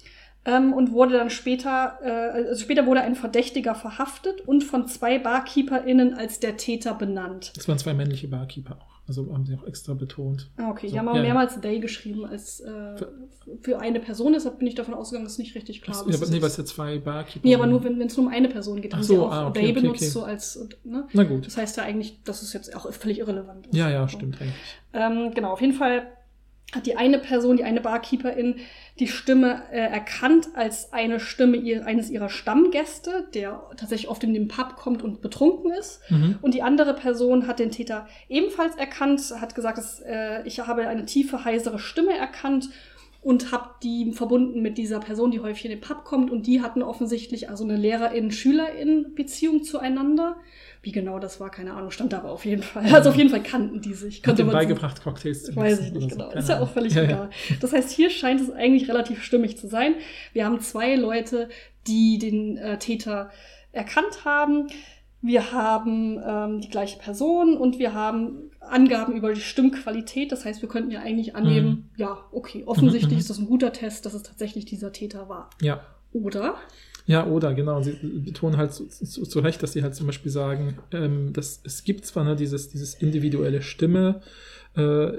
Ähm, und wurde dann später, äh, also später wurde ein Verdächtiger verhaftet und von zwei BarkeeperInnen als der Täter benannt. Das waren zwei männliche Barkeeper auch. Also haben sie auch extra betont. Ah, okay, so, die haben aber ja, mehrmals ja. They geschrieben als äh, für eine Person. Deshalb bin ich davon ausgegangen, dass es nicht richtig klar ist. Ja, aber nee, ist. weil es ja zwei Barkeeper Nee, aber nur wenn es nur um eine Person geht, haben so, sie auch ah, okay, They okay, benutzt, okay. so als, ne? Na gut. Das heißt ja eigentlich, dass es jetzt auch völlig irrelevant ist. Ja, ja, stimmt eigentlich. Ähm, genau, auf jeden Fall hat die eine Person, die eine Barkeeperin, die Stimme äh, erkannt als eine Stimme ihr, eines ihrer Stammgäste, der tatsächlich oft in den Pub kommt und betrunken ist. Mhm. Und die andere Person hat den Täter ebenfalls erkannt, hat gesagt, dass, äh, ich habe eine tiefe, heisere Stimme erkannt und habe die verbunden mit dieser Person, die häufig in den Pub kommt, und die hatten offensichtlich also eine Lehrerin-Schülerin-Beziehung zueinander. Wie genau das war, keine Ahnung, stand da aber auf jeden Fall. Also auf jeden Fall kannten die sich. Hat denen beigebracht, Cocktails zu Weiß ich nicht so. genau. Ist ja auch völlig ja, egal. Ja. Das heißt, hier scheint es eigentlich relativ stimmig zu sein. Wir haben zwei Leute, die den äh, Täter erkannt haben. Wir haben ähm, die gleiche Person und wir haben Angaben über die Stimmqualität. Das heißt, wir könnten ja eigentlich annehmen, mhm. ja, okay, offensichtlich mhm. ist das ein guter Test, dass es tatsächlich dieser Täter war. Ja. Oder? Ja, oder, genau. Sie betonen halt zu, zu, zu Recht, dass sie halt zum Beispiel sagen, ähm, dass es gibt zwar ne, dieses, dieses individuelle Stimme, äh,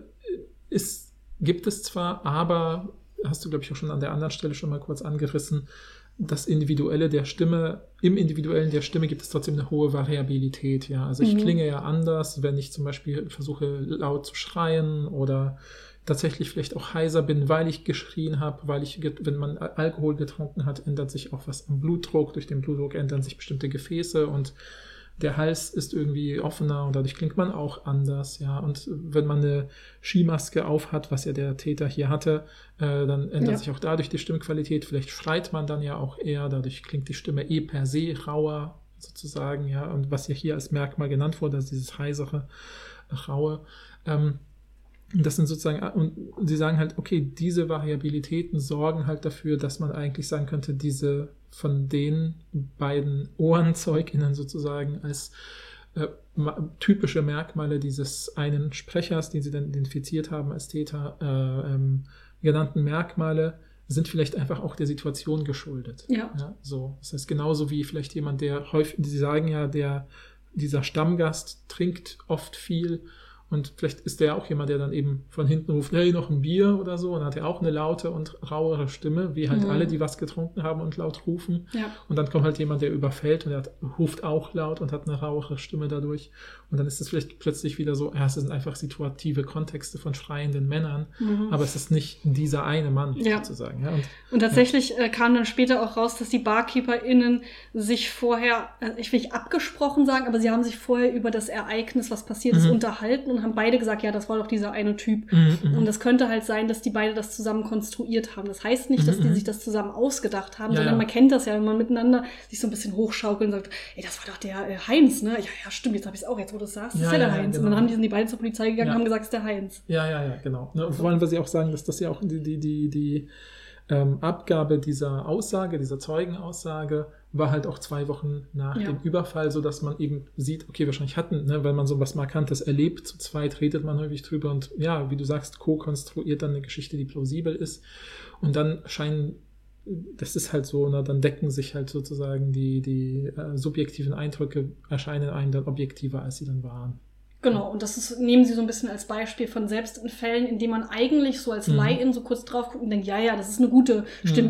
ist, gibt es zwar, aber, hast du, glaube ich, auch schon an der anderen Stelle schon mal kurz angerissen, das Individuelle der Stimme, im Individuellen der Stimme gibt es trotzdem eine hohe Variabilität, ja. Also ich mhm. klinge ja anders, wenn ich zum Beispiel versuche, laut zu schreien oder tatsächlich vielleicht auch heiser bin, weil ich geschrien habe, weil ich, wenn man Alkohol getrunken hat, ändert sich auch was am Blutdruck. Durch den Blutdruck ändern sich bestimmte Gefäße und der Hals ist irgendwie offener und dadurch klingt man auch anders, ja. Und wenn man eine Skimaske aufhat, was ja der Täter hier hatte, äh, dann ändert ja. sich auch dadurch die Stimmqualität. Vielleicht schreit man dann ja auch eher, dadurch klingt die Stimme eh per se rauer sozusagen, ja. Und was ja hier als Merkmal genannt wurde, also dieses heisere, raue, ähm, das sind sozusagen, und sie sagen halt, okay, diese Variabilitäten sorgen halt dafür, dass man eigentlich sagen könnte, diese von den beiden OhrenzeuGInnen sozusagen als äh, typische Merkmale dieses einen Sprechers, den sie dann identifiziert haben als Täter, äh, ähm, genannten Merkmale, sind vielleicht einfach auch der Situation geschuldet. Ja. Ja, so. Das heißt, genauso wie vielleicht jemand, der häufig, sie sagen ja, der, dieser Stammgast trinkt oft viel. Und vielleicht ist der auch jemand, der dann eben von hinten ruft, hey, noch ein Bier oder so. Und dann hat er auch eine laute und rauere Stimme, wie halt mhm. alle, die was getrunken haben und laut rufen. Ja. Und dann kommt halt jemand, der überfällt und der hat, ruft auch laut und hat eine rauere Stimme dadurch. Und dann ist es vielleicht plötzlich wieder so, ja, es sind einfach situative Kontexte von schreienden Männern, mhm. aber es ist nicht dieser eine Mann ja. sozusagen. Ja, und, und tatsächlich ja. äh, kam dann später auch raus, dass die BarkeeperInnen sich vorher, äh, ich will nicht abgesprochen sagen, aber sie haben sich vorher über das Ereignis, was passiert ist, mhm. unterhalten und haben beide gesagt, ja, das war doch dieser eine Typ. Mhm. Und das könnte halt sein, dass die beide das zusammen konstruiert haben. Das heißt nicht, dass mhm. die sich das zusammen ausgedacht haben, ja, sondern ja. man kennt das ja, wenn man miteinander sich so ein bisschen hochschaukelt und sagt, ey, das war doch der äh, Heinz, ne? Ja, ja, stimmt, jetzt habe ich es auch, jetzt wo du es sagst, das ja, ist ja der ja, Heinz. Genau. Und dann haben die, sind die beiden zur Polizei gegangen ja. und haben gesagt, es ist der Heinz. Ja, ja, ja, genau. Ne, und vor allem, weil sie auch sagen, dass das ja auch die, die, die, die ähm, Abgabe dieser Aussage, dieser Zeugenaussage, war halt auch zwei Wochen nach ja. dem Überfall, so dass man eben sieht, okay, wahrscheinlich hatten, ne, weil man so was Markantes erlebt, zu zweit redet man häufig drüber und ja, wie du sagst, co-konstruiert dann eine Geschichte, die plausibel ist. Und dann scheinen, das ist halt so, ne, dann decken sich halt sozusagen die, die äh, subjektiven Eindrücke, erscheinen einem dann objektiver, als sie dann waren. Genau, und das ist, nehmen sie so ein bisschen als Beispiel von selbst in Fällen, in denen man eigentlich so als mhm. Laien so kurz drauf guckt und denkt, ja, ja, das ist eine gute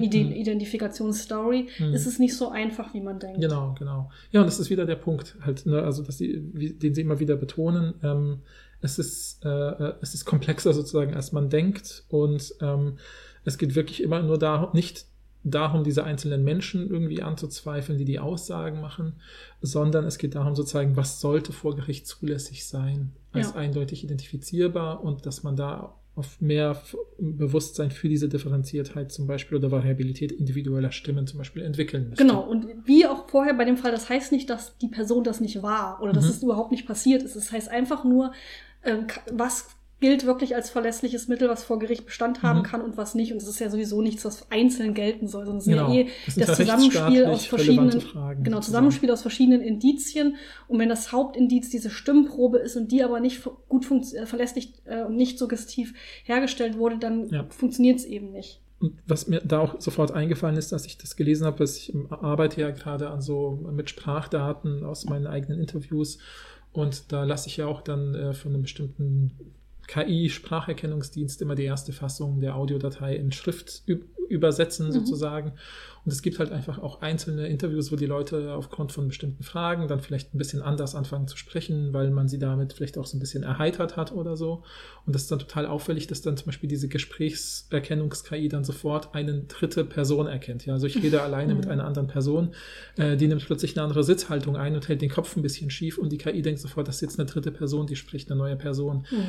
Stimmidentifikationsstory. Mhm. Ist es nicht so einfach, wie man denkt. Genau, genau. Ja, und das ist wieder der Punkt, halt, ne, also dass sie, wie, den sie immer wieder betonen, ähm, es ist, äh, es ist komplexer sozusagen, als man denkt, und ähm, es geht wirklich immer nur darum, nicht darum, diese einzelnen Menschen irgendwie anzuzweifeln, die die Aussagen machen, sondern es geht darum, sozusagen, was sollte vor Gericht zulässig sein, als ja. eindeutig identifizierbar, und dass man da auf mehr Bewusstsein für diese Differenziertheit zum Beispiel oder Variabilität individueller Stimmen zum Beispiel entwickeln müsste. Genau, und wie auch vorher bei dem Fall, das heißt nicht, dass die Person das nicht war oder dass mhm. es überhaupt nicht passiert ist. Das heißt einfach nur, äh, was gilt wirklich als verlässliches Mittel, was vor Gericht Bestand haben mhm. kann und was nicht. Und das ist ja sowieso nichts, was einzeln gelten soll, sondern es ist genau. ja eh das, das Zusammenspiel aus verschiedenen, Fragen, genau, Zusammenspiel aus verschiedenen Indizien. Und wenn das Hauptindiz diese Stimmprobe ist und die aber nicht gut funkt- verlässlich äh, und nicht suggestiv hergestellt wurde, dann ja. funktioniert es eben nicht. Und was mir da auch sofort eingefallen ist, dass ich das gelesen habe, dass ich arbeite ja gerade an so mit Sprachdaten aus meinen eigenen Interviews, und da lasse ich ja auch dann äh, von einem bestimmten K I-Spracherkennungsdienst immer die erste Fassung der Audiodatei in Schrift üb- übersetzen mhm. sozusagen. Und es gibt halt einfach auch einzelne Interviews, wo die Leute aufgrund von bestimmten Fragen dann vielleicht ein bisschen anders anfangen zu sprechen, weil man sie damit vielleicht auch so ein bisschen erheitert hat oder so. Und das ist dann total auffällig, dass dann zum Beispiel diese Gesprächserkennungs-K I dann sofort eine dritte Person erkennt. Ja, also ich rede alleine mhm. mit einer anderen Person, äh, die nimmt plötzlich eine andere Sitzhaltung ein und hält den Kopf ein bisschen schief, und die K I denkt sofort, das ist jetzt eine dritte Person, die spricht, eine neue Person, mhm. weil die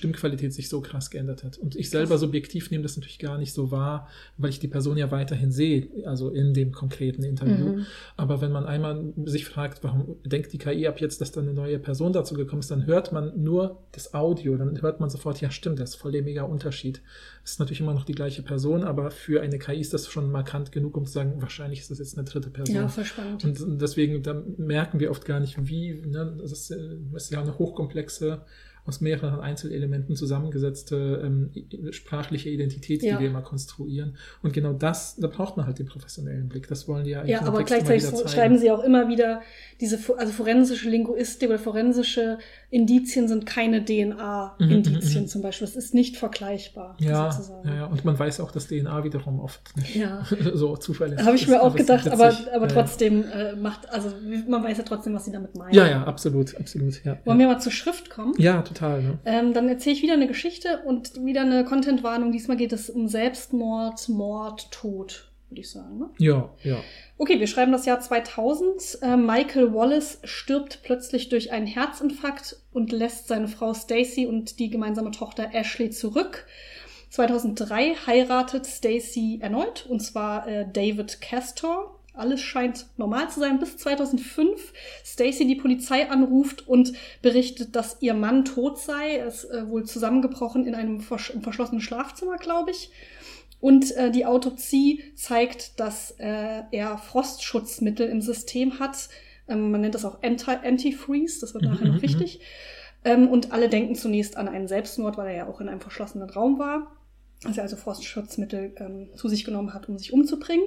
Stimmqualität sich so krass geändert hat. Und ich selber subjektiv nehme das natürlich gar nicht so wahr, weil ich die Person ja weiterhin sehe, also in dem konkreten Interview. Mhm. Aber wenn man einmal sich fragt, warum denkt die K I ab jetzt, dass da eine neue Person dazu gekommen ist, dann hört man nur das Audio, dann hört man sofort, ja stimmt, das ist voll der mega Unterschied. Es ist natürlich immer noch die gleiche Person, aber für eine K I ist das schon markant genug, um zu sagen, wahrscheinlich ist das jetzt eine dritte Person. Ja, voll spannend. Und deswegen, da merken wir oft gar nicht, wie, ne, das ist, das ist ja eine hochkomplexe, aus mehreren Einzelelementen zusammengesetzte ähm, sprachliche Identität, ja. die wir immer konstruieren. Und genau das, da braucht man halt den professionellen Blick. Das wollen die ja eigentlich Ja, aber gleichzeitig schreiben sie auch immer wieder, diese also forensische Linguistik oder forensische Indizien sind keine D N A-Indizien mhm, zum Beispiel. Das ist nicht vergleichbar, ja, sozusagen. Ja, ja, und man weiß auch, dass D N A wiederum oft nicht ja. so zufällig ist. Habe ich mir auch gedacht, aber, aber ja, trotzdem äh, macht, also man weiß ja trotzdem, was sie damit meinen. Ja, ja, absolut, absolut. Ja, Wollen ja. wir mal zur Schrift kommen? Ja, total. Ne? Ähm, dann erzähle ich wieder eine Geschichte und wieder eine Content-Warnung. Diesmal geht es um Selbstmord, Mord, Tod, würde ich sagen. Ne? Ja, ja. Okay, wir schreiben das Jahr zweitausend. Äh, Michael Wallace stirbt plötzlich durch einen Herzinfarkt und lässt seine Frau Stacy und die gemeinsame Tochter Ashley zurück. zweitausenddrei heiratet Stacy erneut, und zwar äh, David Castor. Alles scheint normal zu sein, bis zweitausendfünf Stacy die Polizei anruft und berichtet, dass ihr Mann tot sei. Er ist äh, wohl zusammengebrochen in einem versch- im verschlossenen Schlafzimmer, glaube ich. Und äh, die Autopsie zeigt, dass äh, er Frostschutzmittel im System hat. Ähm, man nennt das auch Anti- Antifreeze, das wird nachher noch wichtig. Ähm, und alle denken zunächst an einen Selbstmord, weil er ja auch in einem verschlossenen Raum war. Dass er also Frostschutzmittel ähm, zu sich genommen hat, um sich umzubringen.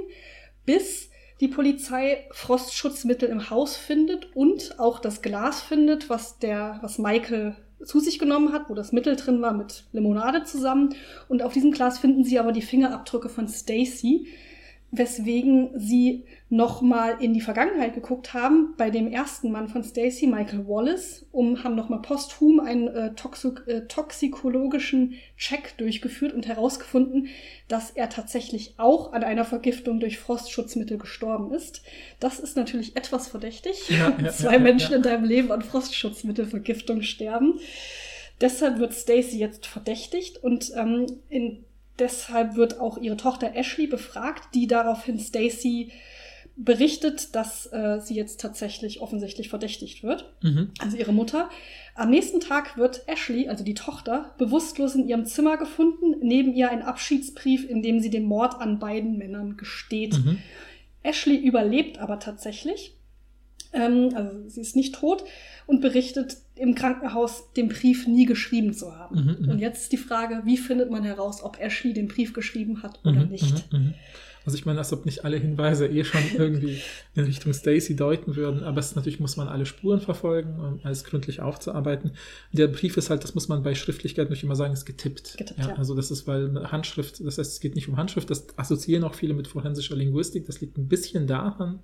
Bis die Polizei Frostschutzmittel im Haus findet und auch das Glas findet, was der, was Michael zu sich genommen hat, wo das Mittel drin war mit Limonade zusammen. Und auf diesem Glas finden sie aber die Fingerabdrücke von Stacy, weswegen sie nochmal in die Vergangenheit geguckt haben, bei dem ersten Mann von Stacy, Michael Wallace, um, haben nochmal posthum einen äh, toxik- äh, toxikologischen Check durchgeführt und herausgefunden, dass er tatsächlich auch an einer Vergiftung durch Frostschutzmittel gestorben ist. Das ist natürlich etwas verdächtig. Ja, ja, Zwei ja, Menschen ja. in deinem Leben an Frostschutzmittelvergiftung sterben. Deshalb wird Stacy jetzt verdächtigt und ähm, in Deshalb wird auch ihre Tochter Ashley befragt, die daraufhin Stacy berichtet, dass äh, sie jetzt tatsächlich offensichtlich verdächtigt wird. Mhm. Also ihre Mutter. Am nächsten Tag wird Ashley, also die Tochter, bewusstlos in ihrem Zimmer gefunden. Neben ihr ein Abschiedsbrief, in dem sie den Mord an beiden Männern gesteht. Mhm. Ashley überlebt aber tatsächlich. Ähm, also sie ist nicht tot und berichtet im Krankenhaus, den Brief nie geschrieben zu haben. Mhm, und jetzt ist die Frage, wie findet man heraus, ob Ashley den Brief geschrieben hat oder mhm, nicht? Mhm, also ich meine, als ob nicht alle Hinweise eh schon irgendwie in Richtung Stacy deuten würden, aber es natürlich muss man alle Spuren verfolgen, um alles gründlich aufzuarbeiten. Der Brief ist halt, das muss man bei Schriftlichkeit nicht immer sagen, ist getippt. getippt ja, ja. Also das ist, weil Handschrift, das heißt, es geht nicht um Handschrift, das assoziieren auch viele mit forensischer Linguistik, das liegt ein bisschen daran,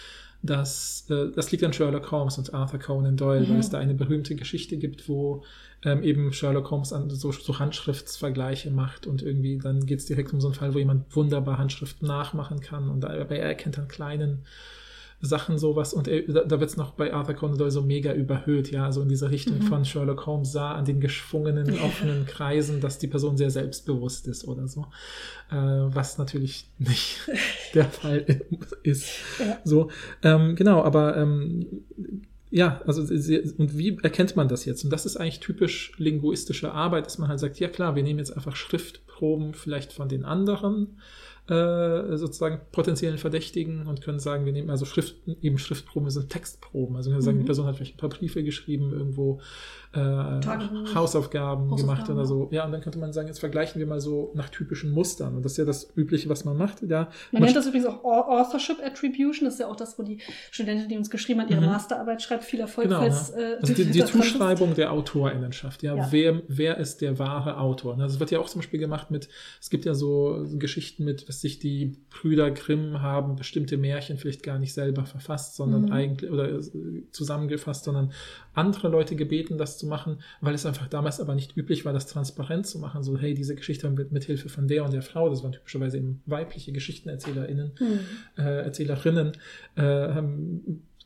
Das, äh, das liegt an Sherlock Holmes und Arthur Conan Doyle, mhm. weil es da eine berühmte Geschichte gibt, wo ähm, eben Sherlock Holmes an so, so Handschriftsvergleiche macht und irgendwie dann geht es direkt um so einen Fall, wo jemand wunderbar Handschriften nachmachen kann und aber er erkennt dann kleinen Sachen sowas und er, da, da wird es noch bei Arthur Conan Doyle so mega überhöht, ja, also in dieser Richtung mhm. von Sherlock Holmes sah an den geschwungenen, offenen Kreisen, dass die Person sehr selbstbewusst ist oder so, äh, was natürlich nicht der Fall ist. Ja. So, ähm, genau, aber ähm, ja, also sie, und wie erkennt man das jetzt? Und das ist eigentlich typisch linguistische Arbeit, dass man halt sagt, ja klar, wir nehmen jetzt einfach Schriftproben vielleicht von den anderen äh, sozusagen potenziellen Verdächtigen und können sagen, wir nehmen also Schrift, eben Schriftproben sind Textproben. Also wir mhm. sagen, die Person hat vielleicht ein paar Briefe geschrieben, irgendwo äh, Hausaufgaben, Hausaufgaben gemacht oder so. Ja, und dann könnte man sagen, jetzt vergleichen wir mal so nach typischen Mustern. Und das ist ja das Übliche, was man macht. Ja, man, man nennt das übrigens auch Authorship Attribution. Das ist ja auch das, wo die Studentin, die uns geschrieben hat, ihre mhm. Masterarbeit schreibt. Viel Erfolg. Genau, falls, ja. äh, also die, die Zuschreibung der Autorinnenschaft. Ja, ja. Wer, wer ist der wahre Autor? Also es wird ja auch zum Beispiel gemacht mit, es gibt ja so Geschichten mit, was sich die Brüder Grimm haben bestimmte Märchen vielleicht gar nicht selber verfasst, sondern mhm. eigentlich, oder zusammengefasst, sondern andere Leute gebeten, das zu machen, weil es einfach damals aber nicht üblich war, das transparent zu machen. So, hey, diese Geschichte haben wir mit Hilfe von der und der Frau, das waren typischerweise eben weibliche GeschichtenerzählerInnen, mhm. äh, ErzählerInnen, äh, haben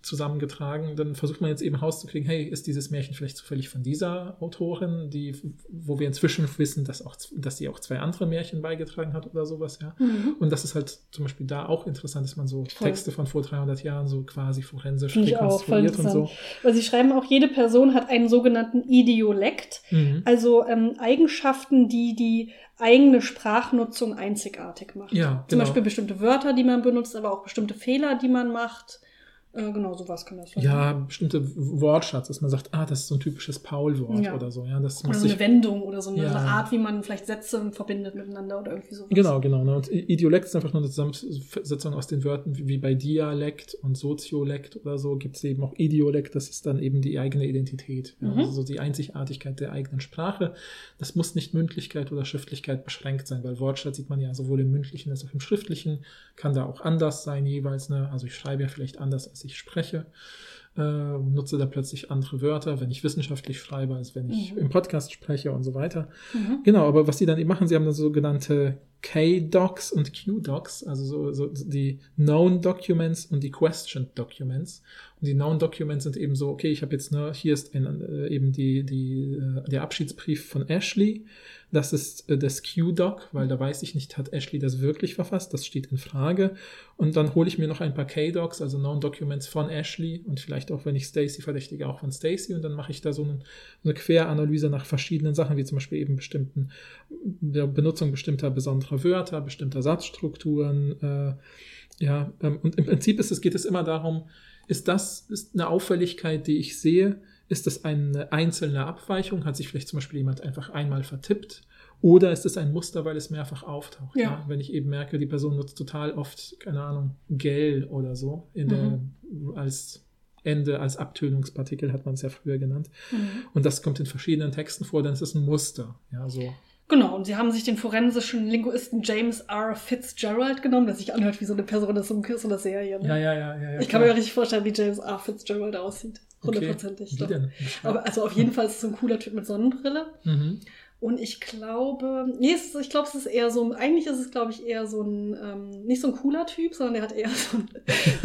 zusammengetragen. Dann versucht man jetzt eben rauszukriegen, hey, ist dieses Märchen vielleicht zufällig von dieser Autorin, die, wo wir inzwischen wissen, dass auch, dass sie auch zwei andere Märchen beigetragen hat oder sowas, ja. Mhm. Und das ist halt zum Beispiel da auch interessant, dass man so voll. Texte von vor dreihundert Jahren so quasi forensisch rekonstruiert und so. Weil sie schreiben auch, jede Person hat einen sogenannten Idiolekt, mhm. also ähm, Eigenschaften, die die eigene Sprachnutzung einzigartig macht. Ja, Zum genau. Beispiel bestimmte Wörter, die man benutzt, aber auch bestimmte Fehler, die man macht. Äh, genau, sowas kann das sein. Ja, bestimmte Wortschatz, dass man sagt, ah, das ist so ein typisches Paul-Wort ja. oder so. Ja, das oder so eine Wendung oder so eine, ja. so eine Art, wie man vielleicht Sätze verbindet miteinander oder irgendwie sowas. Genau, genau. Ne? Und Idiolekt ist einfach nur eine Zusammensetzung aus den Wörtern wie bei Dialekt und Soziolekt oder so. Gibt es eben auch Idiolekt, das ist dann eben die eigene Identität. Ja? Mhm. Also so die Einzigartigkeit der eigenen Sprache. Das muss nicht Mündlichkeit oder Schriftlichkeit beschränkt sein, weil Wortschatz sieht man ja sowohl im Mündlichen als auch im Schriftlichen. Kann da auch anders sein jeweils. Ne? Also ich schreibe ja vielleicht anders, als ich spreche, äh, nutze da plötzlich andere Wörter, wenn ich wissenschaftlich schreibe, als wenn ich mhm. im Podcast spreche und so weiter. Mhm. Genau, aber was sie dann eben machen, sie haben dann sogenannte K-Docs und Q-Docs, also so, so die Known Documents und die Questioned Documents. Und die Known Documents sind eben so, okay, ich habe jetzt, ne, hier ist ein, äh, eben die, die, äh, der Abschiedsbrief von Ashley. Das ist äh, das Q-Doc, weil da weiß ich nicht, hat Ashley das wirklich verfasst? Das steht in Frage. Und dann hole ich mir noch ein paar K-Docs, also Known Documents von Ashley und vielleicht auch, wenn ich Stacey verdächtige, auch von Stacey. Und dann mache ich da so eine, eine Queranalyse nach verschiedenen Sachen, wie zum Beispiel eben bestimmten, der Benutzung bestimmter besonderer Wörter, bestimmter Satzstrukturen. Äh, ja, ähm, und im Prinzip ist es, geht es immer darum, ist das ist eine Auffälligkeit, die ich sehe? Ist das eine einzelne Abweichung? Hat sich vielleicht zum Beispiel jemand einfach einmal vertippt? Oder ist es ein Muster, weil es mehrfach auftaucht? Ja. Ja? Wenn ich eben merke, die Person nutzt total oft, keine Ahnung, Gel oder so in der, mhm. als Ende, als Abtönungspartikel hat man es ja früher genannt. Mhm. Und das kommt in verschiedenen Texten vor, dann ist es ein Muster. Ja, so. Genau, und sie haben sich den forensischen Linguisten James R. Fitzgerald genommen, der sich anhört wie so eine Person aus so einer Serie. Ne? Ja, ja, ja, ja, ja. Ich kann mir richtig vorstellen, wie James R. Fitzgerald aussieht. Hundertprozentig. Okay. Wie denn? Aber also auf jeden Fall ist es so ein cooler Typ mit Sonnenbrille. Mhm. Und ich glaube, nee, es ist, ich glaube, es ist eher so, eigentlich ist es, glaube ich, eher so ein, ähm, nicht so ein cooler Typ, sondern der hat eher so ein...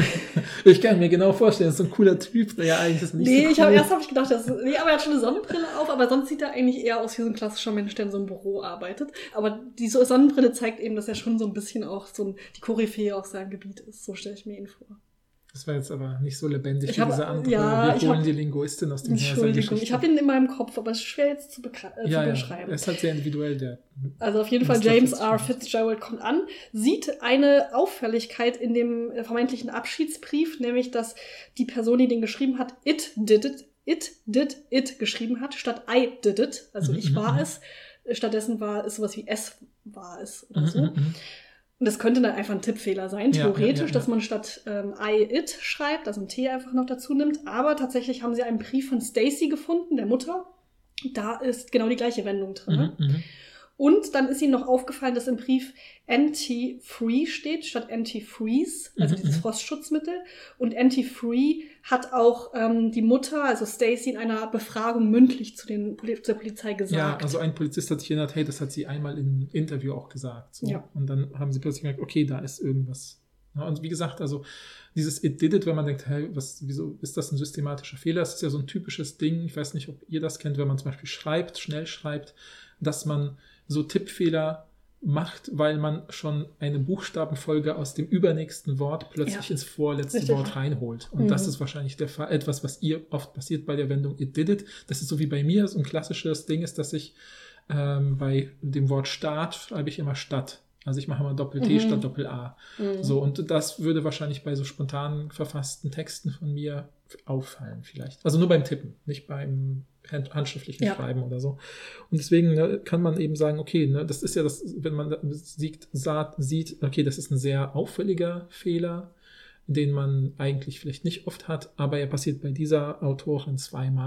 Ich kann mir genau vorstellen, das ist so ein cooler Typ, der ja eigentlich ist nicht nee, so cool. ich hab, erst habe ich gedacht, das, nee, aber er hat schon eine Sonnenbrille auf, aber sonst sieht er eigentlich eher aus wie so ein klassischer Mensch, der in so einem Büro arbeitet. Aber diese Sonnenbrille zeigt eben, dass er schon so ein bisschen auch so ein, die Koryphäe auf seinem Gebiet ist. So stelle ich mir ihn vor. Das war jetzt aber nicht so lebendig ich wie hab, diese andere. Ja, Wir holen hab, die Linguistin aus dem Entschuldigung, ich habe ihn in meinem Kopf, aber es ist schwer jetzt zu, bekra- äh, ja, zu ja, beschreiben. Er ist halt sehr individuell, der. Also auf jeden Fall James R. Fitzgerald kommt an, sieht eine Auffälligkeit in dem vermeintlichen Abschiedsbrief, nämlich, dass die Person, die den geschrieben hat, it did it, it did it geschrieben hat, statt I did it, also Mhm, ich war mhm. es. Stattdessen war es sowas wie es war es oder Mhm, so. mhm. Und das könnte dann einfach ein Tippfehler sein, Ja, theoretisch, ja, ja, ja. dass man statt ähm, I, it schreibt, also ein T einfach noch dazu nimmt. Aber tatsächlich haben sie einen Brief von Stacey gefunden, der Mutter. Da ist genau die gleiche Wendung drin. Mhm, mhm. Und dann ist ihnen noch aufgefallen, dass im Brief Anti-Free steht, statt Anti-Freeze, also Mhm, dieses mhm. Frostschutzmittel. Und Anti-Free hat auch ähm, die Mutter, also Stacey, in einer Befragung mündlich zu den, Poli- zur Polizei gesagt. Ja, also ein Polizist hat sich erinnert, hey, das hat sie einmal im Interview auch gesagt. So. Ja. Und dann haben sie plötzlich gemerkt, okay, da ist irgendwas. Ja, und wie gesagt, also dieses It did it, wenn man denkt, hey, was, wieso ist das ein systematischer Fehler? Das ist ja so ein typisches Ding, ich weiß nicht, ob ihr das kennt, wenn man zum Beispiel schreibt, schnell schreibt, dass man so Tippfehler macht, weil man schon eine Buchstabenfolge aus dem übernächsten Wort plötzlich Ja. ins vorletzte Richtig. Wort reinholt. Und Mhm. das ist wahrscheinlich der Fall, etwas, was ihr oft passiert bei der Wendung It did it. Das ist so wie bei mir, so ein klassisches Ding ist, dass ich ähm, bei dem Wort Staat schreibe ich immer Stadt. Also ich mache immer Doppel-T Mhm. statt Doppel-A. Mhm. So, und das würde wahrscheinlich bei so spontan verfassten Texten von mir auffallen vielleicht. Also nur beim Tippen, nicht beim hand- handschriftlichen Ja. Schreiben oder so. Und deswegen ne, kann man eben sagen, okay, ne, das ist ja das, wenn man da sieht, sah, sieht, okay, das ist ein sehr auffälliger Fehler, den man eigentlich vielleicht nicht oft hat, aber er passiert bei dieser Autorin zweimal.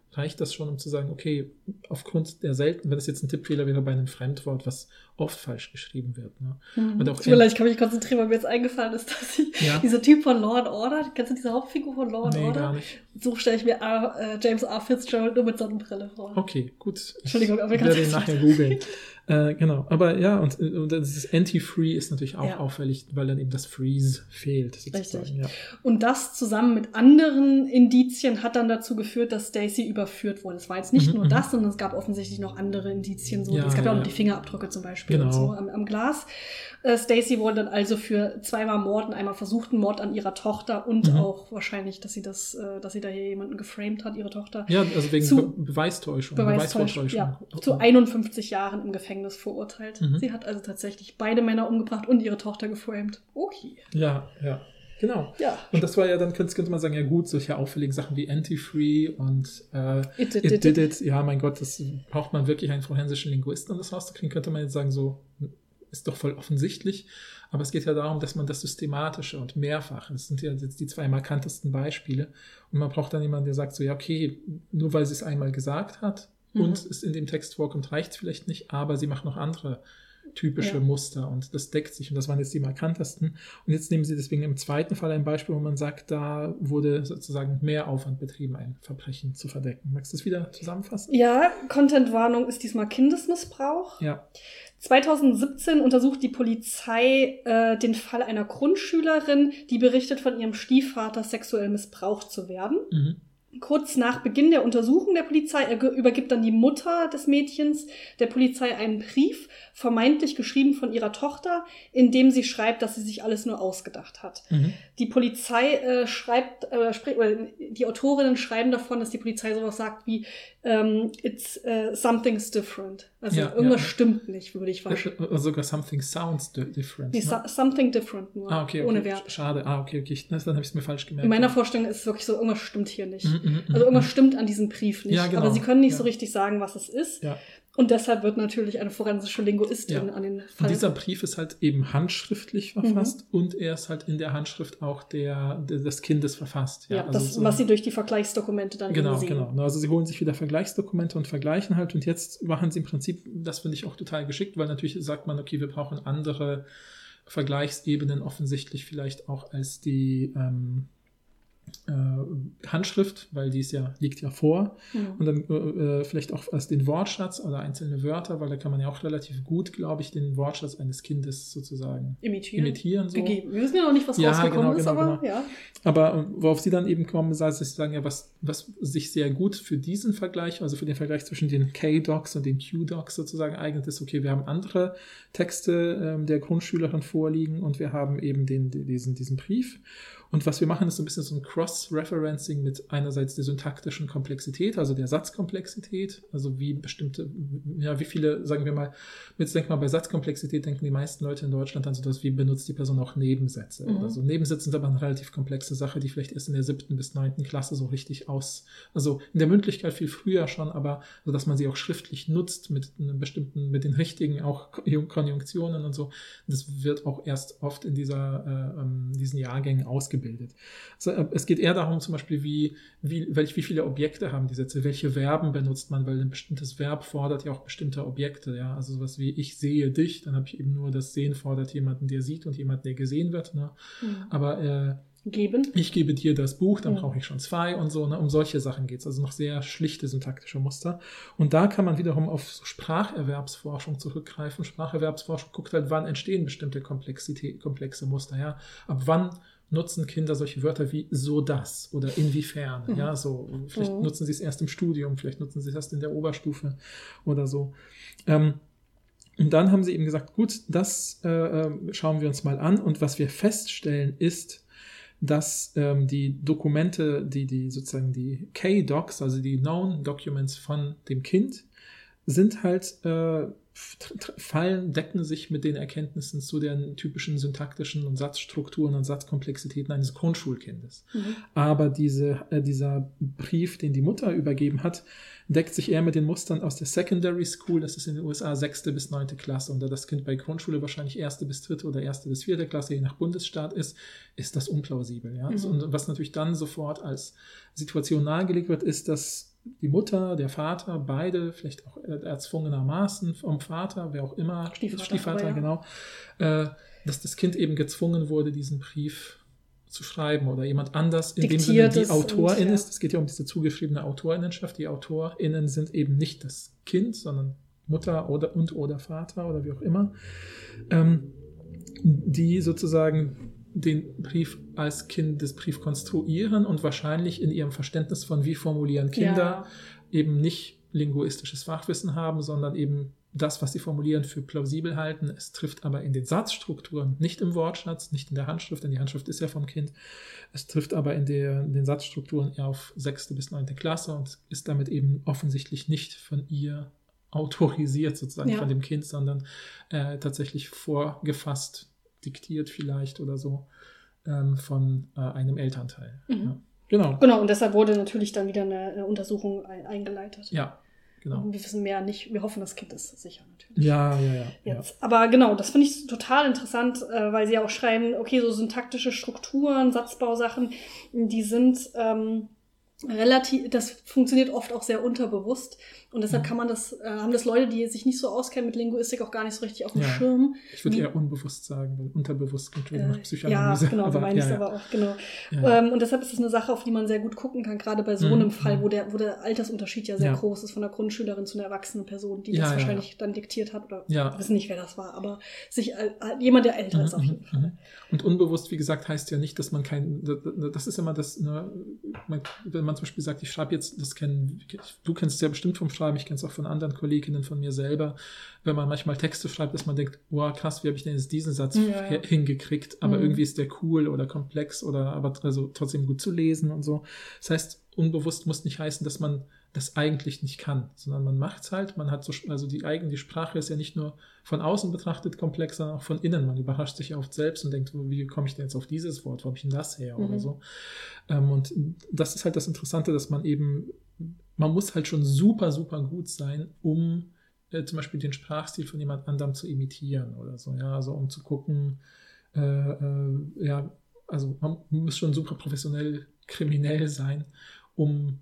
reicht das schon, um zu sagen, okay, aufgrund der selten, wenn es jetzt ein Tippfehler wäre bei einem Fremdwort, was oft falsch geschrieben wird. Ne? Mhm. Und auch Tut mir leid, ich kann mich konzentrieren, weil mir jetzt eingefallen ist, dass ich, ja? dieser Typ von Law and Order, kennst du diese Hauptfigur von Law and nee, Order? Gar nicht. So stelle ich mir R, äh, James R. Fitzgerald nur mit Sonnenbrille vor. Okay, gut. Entschuldigung, aber ich werde ihn nachher googeln. äh, genau, aber ja, und, und dieses Anti-Free ist natürlich auch ja. auffällig, weil dann eben das Freeze fehlt. Richtig. Ja. Und das zusammen mit anderen Indizien hat dann dazu geführt, dass Stacey überführt wurde. Es war jetzt nicht mhm, nur das, sondern es gab offensichtlich noch andere Indizien. So. Ja, es gab ja auch noch die Fingerabdrücke zum Beispiel genau. und so am, am Glas. Äh, Stacey wurde dann also für zweimal Morden, einmal versuchten Mord an ihrer Tochter und mhm. auch wahrscheinlich, dass sie das, äh, dass sie da hier jemanden geframed hat, ihre Tochter. Ja, also wegen zu, Be- Beweistäuschung. Beweisvortäuschung, ja, zu einundfünfzig Jahren im Gefängnis verurteilt. Mhm. Sie hat also tatsächlich beide Männer umgebracht und ihre Tochter geframed. Okay. Ja, ja. Genau. Ja. Und das war ja dann, könnte, könnte man sagen, ja gut, solche auffälligen Sachen wie Anti-Free und äh, It did it, it, did it. Ja, mein Gott, das braucht man wirklich einen forensischen Linguisten, um das rauszukriegen, könnte man jetzt sagen, so ist doch voll offensichtlich. Aber es geht ja darum, dass man das Systematische und mehrfach, das sind ja jetzt die zwei markantesten Beispiele, und man braucht dann jemanden, der sagt so, ja okay, nur weil sie es einmal gesagt hat mhm. und es in dem Text vorkommt, reicht es vielleicht nicht, aber sie macht noch andere typische ja. Muster und das deckt sich und das waren jetzt die markantesten. Und jetzt nehmen Sie deswegen im zweiten Fall ein Beispiel, wo man sagt, da wurde sozusagen mehr Aufwand betrieben, ein Verbrechen zu verdecken. Magst du das wieder zusammenfassen? Ja, Content-Warnung ist diesmal Kindesmissbrauch. Ja. zwanzig siebzehn untersucht die Polizei äh, den Fall einer Grundschülerin, die berichtet, von ihrem Stiefvater sexuell missbraucht zu werden. Mhm. Kurz nach Beginn der Untersuchung der Polizei übergibt dann die Mutter des Mädchens der Polizei einen Brief, vermeintlich geschrieben von ihrer Tochter, in dem sie schreibt, dass sie sich alles nur ausgedacht hat. Mhm. Die Polizei äh, schreibt, äh, spricht, oder die Autorinnen schreiben davon, dass die Polizei sowas sagt wie um, it's uh, something's different. Also ja, irgendwas ja. stimmt nicht, würde ich wahrscheinlich. Äh, sogar something sounds different. Nee, ne? Something different nur, ah, okay, okay. ohne Wert. Schade, ah, okay, okay. Dann habe ich es mir falsch gemerkt. In meiner Vorstellung ist es wirklich so, irgendwas stimmt hier nicht. Mhm, mh, also irgendwas mh. stimmt an diesem Brief nicht. Ja, genau. Aber sie können nicht ja. so richtig sagen, was es ist. Ja. Und deshalb wird natürlich eine forensische Linguistin ja. an den Fall. Und dieser Brief ist halt eben handschriftlich verfasst mhm. und er ist halt in der Handschrift auch der, der des Kindes verfasst. Ja, ja also das, so, was sie durch die Vergleichsdokumente dann genau, sehen. Genau, genau. Also sie holen sich wieder Vergleichsdokumente und vergleichen halt und jetzt machen sie im Prinzip, das finde ich auch total geschickt, weil natürlich sagt man, okay, wir brauchen andere Vergleichsebenen offensichtlich vielleicht auch als die ähm, Äh, Handschrift, weil die ist ja, liegt ja vor mhm. und dann äh, vielleicht auch als den Wortschatz oder einzelne Wörter, weil da kann man ja auch relativ gut, glaube ich, den Wortschatz eines Kindes sozusagen imitieren. imitieren so. Gegeben. Wir wissen ja noch nicht, was ja, rausgekommen genau, ist, genau, aber genau. ja. Aber worauf sie dann eben kommen, ist, dass sie sagen, ja, was, was sich sehr gut für diesen Vergleich, also für den Vergleich zwischen den K-Docs und den Q-Docs sozusagen eignet, ist, okay, wir haben andere Texte ähm, der Grundschülerin vorliegen und wir haben eben den, diesen, diesen Brief. Und was wir machen, ist so ein bisschen so ein Cross-Referencing mit einerseits der syntaktischen Komplexität, also der Satzkomplexität, also wie bestimmte, ja, wie viele, sagen wir mal, jetzt denken wir mal, bei Satzkomplexität denken die meisten Leute in Deutschland an so das, wie benutzt die Person auch Nebensätze. Mhm. Also Nebensätze sind aber eine relativ komplexe Sache, die vielleicht erst in der siebten bis neunten Klasse so richtig aus, also in der Mündlichkeit viel früher schon, aber so, dass man sie auch schriftlich nutzt mit einem bestimmten, mit den richtigen auch Konjunktionen und so. Das wird auch erst oft in dieser, äh, um, diesen Jahrgängen ausgebildet. Bildet. Also, es geht eher darum, zum Beispiel, wie, wie, welch, wie viele Objekte haben die Sätze, welche Verben benutzt man, weil ein bestimmtes Verb fordert ja auch bestimmte Objekte, ja, also sowas wie ich sehe dich, dann habe ich eben nur das Sehen fordert jemanden, der sieht und jemanden, der gesehen wird, ne? Mhm. Aber äh, Geben. ich gebe dir das Buch, dann ja. brauche ich schon zwei und so, ne? Um solche Sachen geht es, also noch sehr schlichte syntaktische Muster. Und da kann man wiederum auf so Spracherwerbsforschung zurückgreifen. Spracherwerbsforschung guckt halt, wann entstehen bestimmte Komplexität, komplexe Muster, ja, ab wann nutzen Kinder solche Wörter wie so das oder inwiefern, mhm. ja, so, vielleicht mhm. nutzen sie es erst im Studium, vielleicht nutzen sie es erst in der Oberstufe oder so. Ähm, und dann haben sie eben gesagt, gut, das äh, schauen wir uns mal an und was wir feststellen ist, dass ähm, die Dokumente, die, die sozusagen die K-Docs, also die Known Documents von dem Kind, sind halt äh, fallen, decken sich mit den Erkenntnissen zu den typischen syntaktischen und Satzstrukturen und Satzkomplexitäten eines Grundschulkindes. Mhm. Aber diese, äh, dieser Brief, den die Mutter übergeben hat, deckt sich eher mit den Mustern aus der Secondary School, das ist in den U S A sechste bis neunte Klasse, und da das Kind bei Grundschule wahrscheinlich erste bis dritte oder erste bis vierte Klasse, je nach Bundesstaat ist, ist das unplausibel. Ja? Mhm. Und was natürlich dann sofort als Situation nahegelegt wird, ist, dass die Mutter, der Vater, beide, vielleicht auch erzwungenermaßen vom Vater, wer auch immer, Stiefvater, Stiefvater ja. genau, äh, dass das Kind eben gezwungen wurde, diesen Brief zu schreiben oder jemand anders, in dem Sinne die Autorin und, ja. ist. Es geht ja um diese zugeschriebene Autorinnenschaft. Die AutorInnen sind eben nicht das Kind, sondern Mutter oder und oder Vater oder wie auch immer, ähm, die sozusagen den Brief als Kindesbrief konstruieren und wahrscheinlich in ihrem Verständnis von wie formulieren Kinder Ja. eben nicht linguistisches Fachwissen haben, sondern eben das, was sie formulieren, für plausibel halten. Es trifft aber in den Satzstrukturen, nicht im Wortschatz, nicht in der Handschrift, denn die Handschrift ist ja vom Kind. Es trifft aber in, der, in den Satzstrukturen eher auf sechste bis neunte Klasse und ist damit eben offensichtlich nicht von ihr autorisiert, sozusagen Ja. von dem Kind, sondern äh, tatsächlich vorgefasst, diktiert vielleicht oder so, ähm, von äh, einem Elternteil. Mhm. Ja. Genau. Genau, und deshalb wurde natürlich dann wieder eine, eine Untersuchung ein, eingeleitet. Ja, genau. Wir wissen mehr nicht, wir hoffen, das Kind ist sicher natürlich. Ja, ja, ja. Jetzt. Ja. Aber genau, das finde ich total interessant, äh, weil sie ja auch schreiben, okay, so syntaktische Strukturen, Satzbausachen, die sind ähm, relativ, das funktioniert oft auch sehr unterbewusst und deshalb Mhm. kann man das, äh, haben das Leute, die sich nicht so auskennen mit Linguistik, auch gar nicht so richtig auf dem Ja. Schirm. Ich würde Wie- eher unbewusst sagen, weil unterbewusst klingt wieder nach Äh, Psychoanalyse. Ja, genau, aber, du meinst ja, ja. aber auch, genau. Ja. Ähm, und deshalb ist es eine Sache, auf die man sehr gut gucken kann, gerade bei so Mhm, einem Fall, mhm. wo der, wo der Altersunterschied ja sehr Ja. groß ist, von einer Grundschülerin zu einer erwachsenen Person, die Ja, das ja, wahrscheinlich dann diktiert hat, oder Ja. wir wissen nicht, wer das war, aber sich äh, jemand, der älter ist auf jeden Mhm, Fall. mhm. Und unbewusst, wie gesagt, heißt ja nicht, dass man kein, das ist immer das, ne, man, wenn man zum Beispiel sagt, ich schreibe jetzt, das kennen, du kennst es ja bestimmt vom Schreiben, ich kenne es auch von anderen Kolleginnen von mir selber, wenn man manchmal Texte schreibt, dass man denkt, wow, krass, wie habe ich denn jetzt diesen Satz Ja. h- hingekriegt, aber Mhm. irgendwie ist der cool oder komplex oder aber also trotzdem gut zu lesen und so. Das heißt, unbewusst muss nicht heißen, dass man das eigentlich nicht kann, sondern man macht es halt, man hat so, also die eigene die Sprache ist ja nicht nur von außen betrachtet komplex, sondern auch von innen. Man überrascht sich ja oft selbst und denkt, wie komme ich denn jetzt auf dieses Wort, wo habe ich denn das her Mhm. oder so. Ähm, und das ist halt das Interessante, dass man eben, man muss halt schon super, super gut sein, um äh, zum Beispiel den Sprachstil von jemand anderem zu imitieren oder so, ja, also um zu gucken, äh, äh, ja, also man muss schon super professionell kriminell sein, um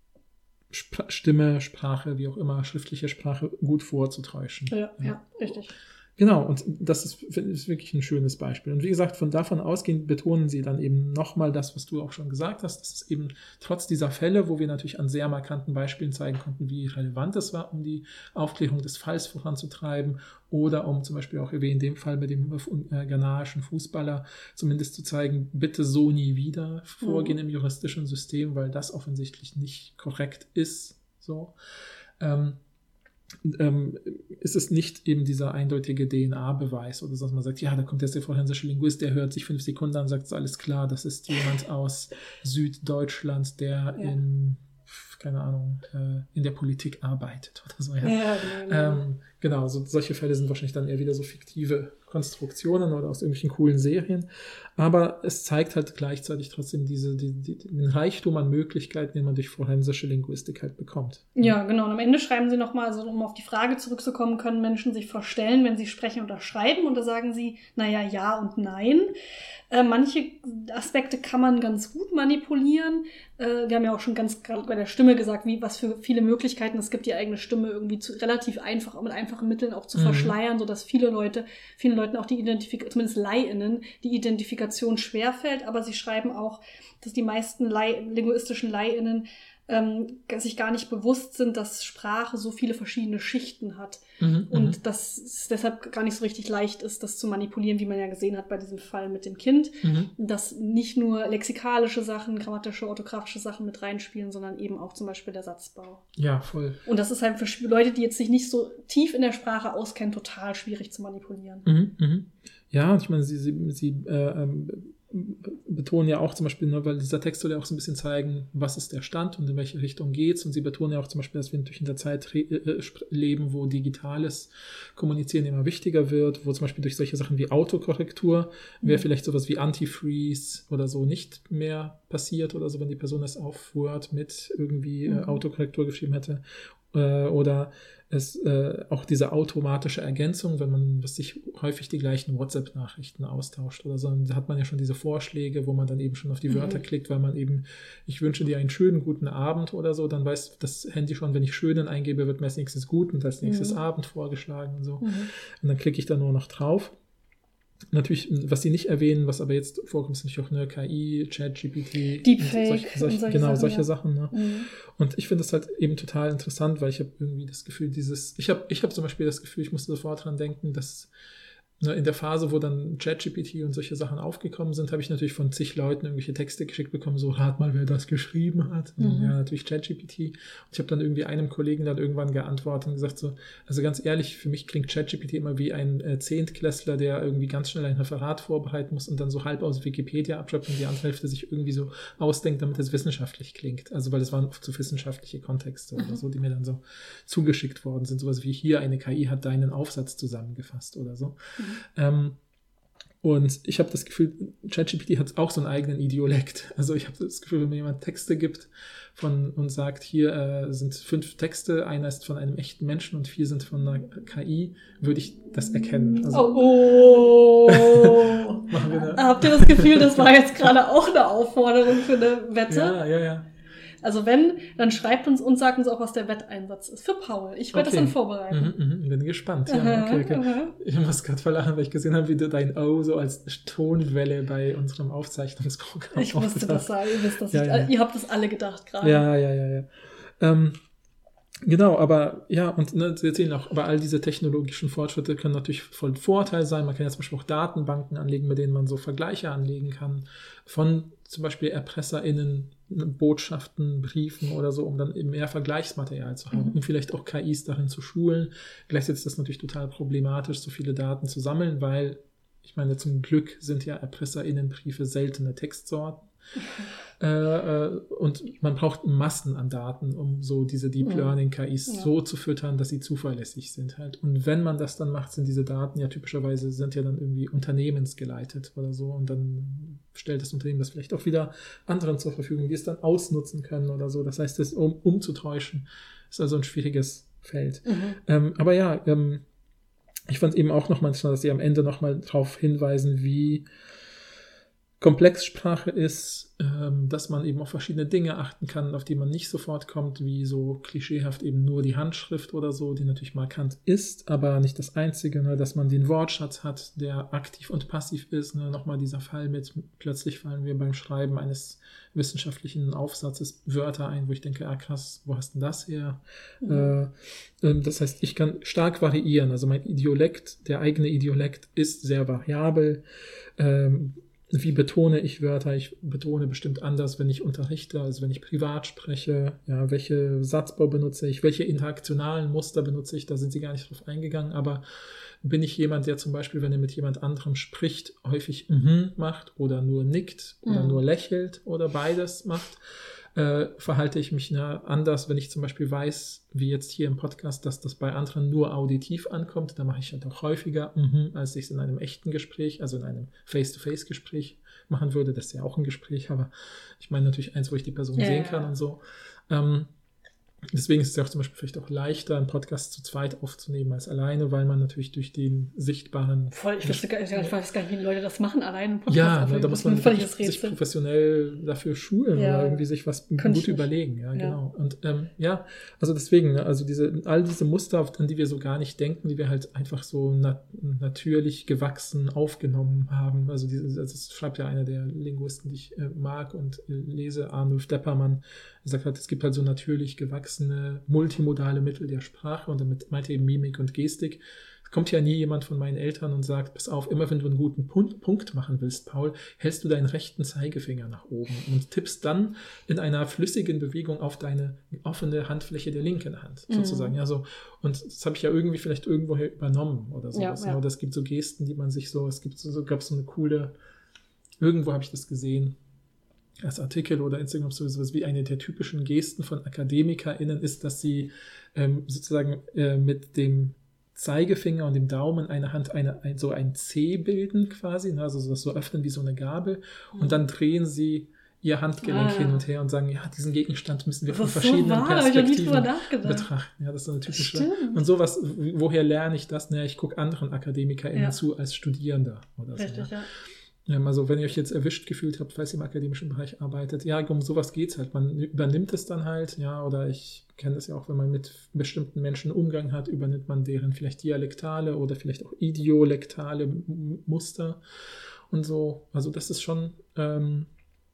Sp- Stimme, Sprache, wie auch immer, schriftliche Sprache gut vorzutäuschen. Ja, ja, richtig. Genau, und das ist, ist wirklich ein schönes Beispiel. Und wie gesagt, von davon ausgehend betonen sie dann eben nochmal das, was du auch schon gesagt hast, dass es eben trotz dieser Fälle, wo wir natürlich an sehr markanten Beispielen zeigen konnten, wie relevant es war, um die Aufklärung des Falls voranzutreiben oder um zum Beispiel auch wie in dem Fall mit dem äh, ghanaischen Fußballer zumindest zu zeigen, bitte so nie wieder vorgehen Mhm. im juristischen System, weil das offensichtlich nicht korrekt ist. So. Ähm, Ähm, ist es nicht eben dieser eindeutige D N A-Beweis oder so, dass man sagt, ja, da kommt jetzt der forensische Linguist, der hört sich fünf Sekunden an und sagt, ist alles klar, das ist jemand aus Süddeutschland, der Ja. in, keine Ahnung, äh, in der Politik arbeitet oder so. Ja. Ja, genau, genau. Ähm, genau, so, solche Fälle sind wahrscheinlich dann eher wieder so fiktive Konstruktionen oder aus irgendwelchen coolen Serien. Aber es zeigt halt gleichzeitig trotzdem diese, die, die, den Reichtum an Möglichkeiten, den man durch forensische Linguistik halt bekommt. Ja, genau. Und am Ende schreiben sie nochmal, also um auf die Frage zurückzukommen, können Menschen sich vorstellen, wenn sie sprechen oder schreiben? Und da sagen sie, naja, ja und nein. Äh, manche Aspekte kann man ganz gut manipulieren. Äh, wir haben ja auch schon ganz gerade bei der Stimme gesagt, wie, was für viele Möglichkeiten es gibt, die eigene Stimme irgendwie zu, relativ einfach, mit einfachen Mitteln auch zu Mhm. verschleiern, sodass viele Leute, vielen Leuten auch die Identifikation, zumindest LaiInnen, die Identifikation schwerfällt. Aber sie schreiben auch, dass die meisten Lai, linguistischen LaiInnen ähm, sich gar nicht bewusst sind, dass Sprache so viele verschiedene Schichten hat. Mhm, Und mhm. dass es deshalb gar nicht so richtig leicht ist, das zu manipulieren, wie man ja gesehen hat bei diesem Fall mit dem Kind. Mhm. Dass nicht nur lexikalische Sachen, grammatische, orthografische Sachen mit reinspielen, sondern eben auch zum Beispiel der Satzbau. Ja, voll. Und das ist halt für Leute, die jetzt sich nicht so tief in der Sprache auskennen, total schwierig zu manipulieren. Mhm, mhm. Ja, ich meine, sie, sie, sie äh, ähm, betonen ja auch zum Beispiel, ne, weil dieser Text soll ja auch so ein bisschen zeigen, was ist der Stand und in welche Richtung geht's. Und sie betonen ja auch zum Beispiel, dass wir natürlich in der Zeit re- äh, leben, wo digitales Kommunizieren immer wichtiger wird, wo zum Beispiel durch solche Sachen wie Autokorrektur wäre Mhm. vielleicht sowas wie Antifreeze oder so nicht mehr passiert oder so, wenn die Person das auf Word mit irgendwie äh, Mhm. Autokorrektur geschrieben hätte. Äh, oder es äh, auch diese automatische Ergänzung, wenn man was sich häufig die gleichen WhatsApp-Nachrichten austauscht oder so, dann hat man ja schon diese Vorschläge, wo man dann eben schon auf die Wörter mhm. klickt, weil man eben, ich wünsche dir einen schönen guten Abend oder so, dann weiß das Handy schon, wenn ich schönen eingebe, wird mir als nächstes gut und als nächstes mhm. Abend vorgeschlagen und so. Mhm. Und dann klicke ich da nur noch drauf. Natürlich, was sie nicht erwähnen, was aber jetzt vorkommt, ist natürlich auch eine K I, ChatGPT, Deepfake, solch, solch, solche genau, Sachen, solche ja. Sachen. Ne? Mhm. Und ich finde das halt eben total interessant, weil ich habe irgendwie das Gefühl, dieses, ich habe ich hab zum Beispiel das Gefühl, ich musste sofort dran denken, dass ne, in der Phase, wo dann ChatGPT und solche Sachen aufgekommen sind, habe ich natürlich von zig Leuten irgendwelche Texte geschickt bekommen, so, rat mal, wer das geschrieben hat. Mhm. Ja, natürlich ChatGPT. Und ich habe dann irgendwie einem Kollegen dann irgendwann geantwortet und gesagt so, also ganz ehrlich, für mich klingt ChatGPT immer wie ein äh, Zehntklässler, der irgendwie ganz schnell ein Referat vorbereiten muss und dann so halb aus Wikipedia abschreibt und die andere Hälfte sich irgendwie so ausdenkt, damit es wissenschaftlich klingt. Also, weil es waren oft so wissenschaftliche Kontexte mhm. oder so, die mir dann so zugeschickt worden sind. Sowas wie hier, eine K I hat deinen Aufsatz zusammengefasst oder so. Mhm. Ähm, und ich habe das Gefühl, ChatGPT hat auch so einen eigenen Idiolekt. Also ich habe das Gefühl, wenn mir jemand Texte gibt von und sagt, hier äh, sind fünf Texte, einer ist von einem echten Menschen und vier sind von einer K I, würde ich das erkennen. Also, oh! Machen wir eine Habt ihr das Gefühl, das war jetzt gerade auch eine Aufforderung für eine Wette? Ja, ja, ja. Also wenn, dann schreibt uns und sagt uns auch, was der Wetteinsatz ist. Für Paul. Ich werde okay. das dann vorbereiten. Mhm, mhm, bin gespannt. Ja, aha, okay, okay. Aha. Ich muss gerade verlachen, weil ich gesehen habe, wie du dein O so als Tonwelle bei unserem Aufzeichnungsprogramm Ich wusste das, ihr wisst das ja, nicht. Ja. Ihr habt das alle gedacht gerade. Ja, ja, ja, ja. Ähm, Genau, aber ja, und ne, Sie erzählen auch, aber all diese technologischen Fortschritte können natürlich voll ein Vorteil sein. Man kann ja zum Beispiel auch Datenbanken anlegen, mit denen man so Vergleiche anlegen kann, von zum Beispiel ErpresserInnen, Botschaften, Briefen oder so, um dann eben mehr Vergleichsmaterial zu haben, mhm. um vielleicht auch K Is darin zu schulen. Gleichzeitig ist das natürlich total problematisch, so viele Daten zu sammeln, weil, ich meine, zum Glück sind ja ErpresserInnen-Briefe seltene Textsorten. Mhm. Äh, und man braucht Massen an Daten, um so diese Deep Learning K Is ja. so zu füttern, dass sie zuverlässig sind halt. Und wenn man das dann macht, sind diese Daten ja typischerweise, sind ja dann irgendwie unternehmensgeleitet oder so und dann stellt das Unternehmen das vielleicht auch wieder anderen zur Verfügung, die es dann ausnutzen können oder so. Das heißt, das um, umzutäuschen, ist also ein schwieriges Feld. Mhm. Ähm, aber ja, ähm, ich fand eben auch nochmal interessant, dass sie am Ende nochmal darauf hinweisen, wie Komplexsprache ist, ähm, dass man eben auf verschiedene Dinge achten kann, auf die man nicht sofort kommt, wie so klischeehaft eben nur die Handschrift oder so, die natürlich markant ist, aber nicht das Einzige, ne, dass man den Wortschatz hat, der aktiv und passiv ist. Ne, nochmal dieser Fall mit, plötzlich fallen mir beim Schreiben eines wissenschaftlichen Aufsatzes Wörter ein, wo ich denke, ah krass, wo hast denn das her? Mhm. Äh, das heißt, ich kann stark variieren, also mein Idiolekt, der eigene Idiolekt ist sehr variabel. Ähm, Wie betone ich Wörter? Ich betone bestimmt anders, wenn ich unterrichte, als wenn ich privat spreche. Ja, welche Satzbau benutze ich? Welche interaktionalen Muster benutze ich? Da sind sie gar nicht drauf eingegangen. Aber bin ich jemand, der zum Beispiel, wenn er mit jemand anderem spricht, häufig mhm macht oder nur nickt oder mhm. nur lächelt oder beides macht? Äh, verhalte ich mich na, anders, wenn ich zum Beispiel weiß, wie jetzt hier im Podcast, dass das bei anderen nur auditiv ankommt, dann mache ich halt auch häufiger, mm-hmm, als ich es in einem echten Gespräch, also in einem Face-to-Face-Gespräch machen würde. Das ist ja auch ein Gespräch, aber ich meine natürlich eins, wo ich die Person ja, sehen kann ja. und so. Ähm, Deswegen ist es ja auch zum Beispiel vielleicht auch leichter, einen Podcast zu zweit aufzunehmen als alleine, weil man natürlich durch den sichtbaren... Voll, ich, wüsste gar, ich weiß gar nicht, wie die Leute das machen, alleine einen Podcast ja, aufnehmen. Ja, da muss man wirklich sich professionell dafür schulen ja. oder irgendwie sich was Kann gut überlegen. Ja, ja, genau. Und ähm, ja, also deswegen, ne, also diese all diese Muster, an die wir so gar nicht denken, die wir halt einfach so nat- natürlich gewachsen aufgenommen haben. Also diese, das schreibt ja einer der Linguisten, die ich äh, mag und äh, lese, Arnulf Deppermann, er sagt halt, es gibt halt so natürlich gewachsene, multimodale Mittel der Sprache und damit meint er eben Mimik und Gestik. Es kommt ja nie jemand von meinen Eltern und sagt, pass auf, immer wenn du einen guten Punkt, Punkt machen willst, Paul, hältst du deinen rechten Zeigefinger nach oben und tippst dann in einer flüssigen Bewegung auf deine offene Handfläche der linken Hand, mhm. sozusagen. Ja, so. Und das habe ich ja irgendwie vielleicht irgendwoher übernommen oder sowas. Ja, ja. Oder es gibt so Gesten, die man sich so, es gibt so, so gab so eine coole, irgendwo habe ich das gesehen, als Artikel oder Instagram so sowas wie eine der typischen Gesten von AkademikerInnen ist, dass sie ähm, sozusagen äh, mit dem Zeigefinger und dem Daumen einer Hand eine, ein, so ein C bilden quasi, ne? Also das so öffnen wie so eine Gabel mhm. und dann drehen sie ihr Handgelenk Ah. hin und her und sagen, ja, diesen Gegenstand müssen wir Das von ist so verschiedenen wahr, da hab ich noch nie Perspektiven drüber nachgedacht. betrachten. Ja, das ist so eine typische. Stimmt. Und sowas, woher lerne ich das? Naja, ich gucke anderen AkademikerInnen Ja. zu als Studierender oder so. Richtig, Ja. ja. Ja, also wenn ihr euch jetzt erwischt gefühlt habt, falls ihr im akademischen Bereich arbeitet, ja, um sowas geht's halt. Man übernimmt es dann halt, ja, oder ich kenne das ja auch, wenn man mit bestimmten Menschen Umgang hat, übernimmt man deren vielleicht dialektale oder vielleicht auch idiolektale M- Muster und so. Also das ist schon ähm,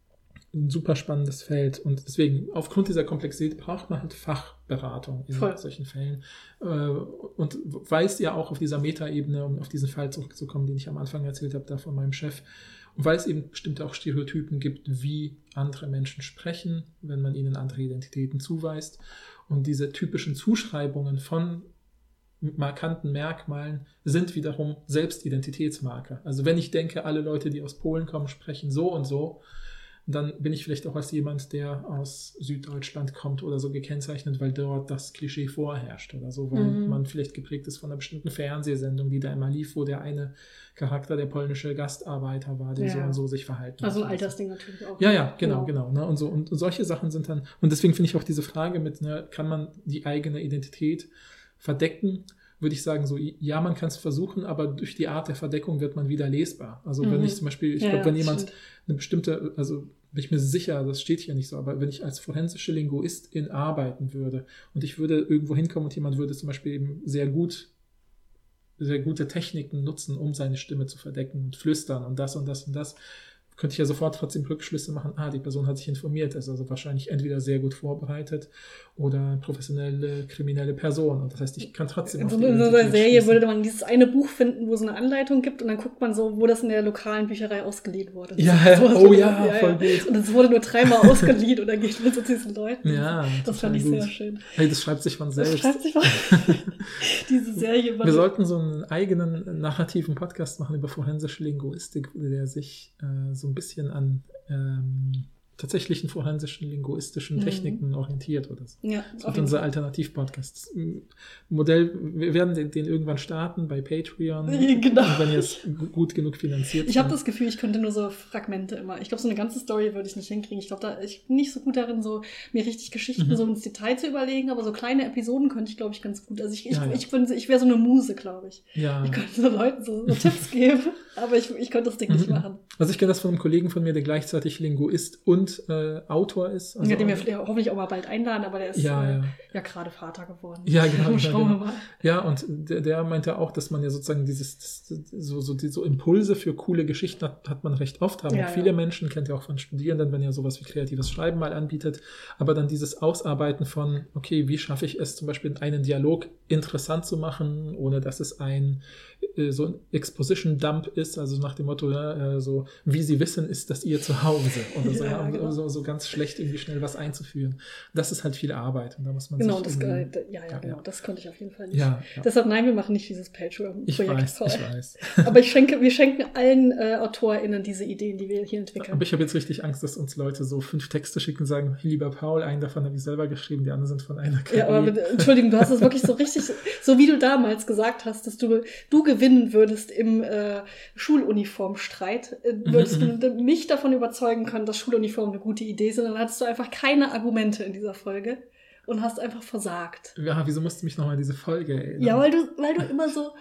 ein super spannendes Feld und deswegen, aufgrund dieser Komplexität braucht man halt Fachberatung in Voll. solchen Fällen äh, und weiß ja auch auf dieser Metaebene, um auf diesen Fall zurückzukommen, den ich am Anfang erzählt habe, da von meinem Chef, und weil es eben bestimmte auch Stereotypen gibt, wie andere Menschen sprechen, wenn man ihnen andere Identitäten zuweist und diese typischen Zuschreibungen von markanten Merkmalen sind wiederum Selbstidentitätsmarker. Also wenn ich denke, alle Leute, die aus Polen kommen, sprechen so und so, dann bin ich vielleicht auch als jemand, der aus Süddeutschland kommt oder so gekennzeichnet, weil dort das Klischee vorherrscht oder so, weil Mhm. man vielleicht geprägt ist von einer bestimmten Fernsehsendung, die da immer lief, wo der eine Charakter der polnische Gastarbeiter war, der Ja. so und so sich verhalten Also ein hat. Altersding natürlich auch. Ja, ja, genau, genau. Ne? Und, so, und solche Sachen sind dann, und deswegen finde ich auch diese Frage mit, ne, kann man die eigene Identität verdecken, würde ich sagen, so, ja, man kann es versuchen, aber durch die Art der Verdeckung wird man wieder lesbar. Also wenn Mhm. ich zum Beispiel, ich Ja, glaube, wenn ja, jemand stimmt. eine bestimmte, also bin ich mir sicher, das steht hier nicht so, aber wenn ich als forensische Linguistin arbeiten würde und ich würde irgendwo hinkommen und jemand würde zum Beispiel eben sehr gut, sehr gute Techniken nutzen, um seine Stimme zu verdecken und flüstern und das und das und das, könnte ich ja sofort trotzdem Rückschlüsse machen, ah, die Person hat sich informiert, ist also wahrscheinlich entweder sehr gut vorbereitet oder professionelle, kriminelle Person. Und das heißt, ich kann trotzdem In auf so, die in so einer Identität Serie schließen. würde man dieses eine Buch finden, wo es eine Anleitung gibt und dann guckt man so, wo das in der lokalen Bücherei ausgeliehen wurde. Ja, So, oh so, ja, voll gut. Und es wurde nur dreimal ausgeliehen und dann geht man so zu diesen Leuten. Ja, das total fand ich gut. sehr schön. Hey, das schreibt sich von Das selbst. schreibt sich mal diese Serie. Wir sollten so einen eigenen narrativen Podcast machen über forensische Linguistik, der sich äh, so ein bisschen an ähm, tatsächlichen forensischen linguistischen Mhm. Techniken orientiert oder so. Ja, Das auf wird jeden unser Fall. Alternativ-Podcast. Modell, wir werden den, den irgendwann starten bei Patreon. Genau. Und wenn ihr es gu- gut genug finanziert. Ich habe dann- das Gefühl, ich könnte nur so Fragmente immer. Ich glaube, so eine ganze Story würde ich nicht hinkriegen. Ich glaube, da ich bin nicht so gut darin, so mir richtig Geschichten Mhm. so ins Detail zu überlegen, aber so kleine Episoden könnte ich, glaube ich, ganz gut. Also ich, ich, Ja, ja. ich, könnte- ich wäre so eine Muse, glaube ich. Ja. Ich könnte so Leuten so, so Tipps geben, aber ich, ich könnte das Ding nicht Mhm. machen. Also ich kenne das von einem Kollegen von mir, der gleichzeitig Linguist und äh, Autor ist. Also ja, den wir vielleicht hoffentlich auch mal bald einladen, aber der ist Ja, äh, ja. ja gerade Vater geworden. Ja, genau, ja, Schauen genau. wir mal. Ja, und der, der meinte auch, dass man ja sozusagen dieses, das, so, so, die, so Impulse für coole Geschichten hat, hat man recht oft, haben Ja, auch viele ja. Menschen, kennt ihr auch von Studierenden, wenn ihr sowas wie kreatives Schreiben mal anbietet, aber dann dieses Ausarbeiten von, okay, wie schaffe ich es zum Beispiel einen Dialog interessant zu machen, ohne dass es ein äh, so ein Exposition-Dump ist, also nach dem Motto, ja, äh, so, wie sie wissen, ist das ihr Zuhause oder so, Ja, ja, um genau. so, so ganz schlecht irgendwie schnell was einzuführen. Das ist halt viel Arbeit und da muss man Genau, sich das, irgendwie- äh, ja, ja, ja, genau, ja. das konnte ich auf jeden Fall nicht. Ja, ja. Deshalb, nein, wir machen nicht dieses Patreon-Projekt. Ich weiß, Paul. ich weiß. Aber ich schenke, wir schenken allen äh, AutorInnen diese Ideen, die wir hier entwickeln. Aber ich habe jetzt richtig Angst, dass uns Leute so fünf Texte schicken und sagen, lieber Paul, einen davon habe ich selber geschrieben, die anderen sind von einer K I. Ja, aber mit- Entschuldigung, du hast es wirklich so richtig, so wie du damals gesagt hast, dass du, du gewinnen würdest im äh, Schuluniformstreit, äh, würdest Mhm, du mich davon überzeugen können, dass Schuluniformen eine gute Idee sind. Dann hattest du einfach keine Argumente in dieser Folge und hast einfach versagt. Ja, wieso musst du mich nochmal an diese Folge erinnern? Ja, weil du, weil du immer so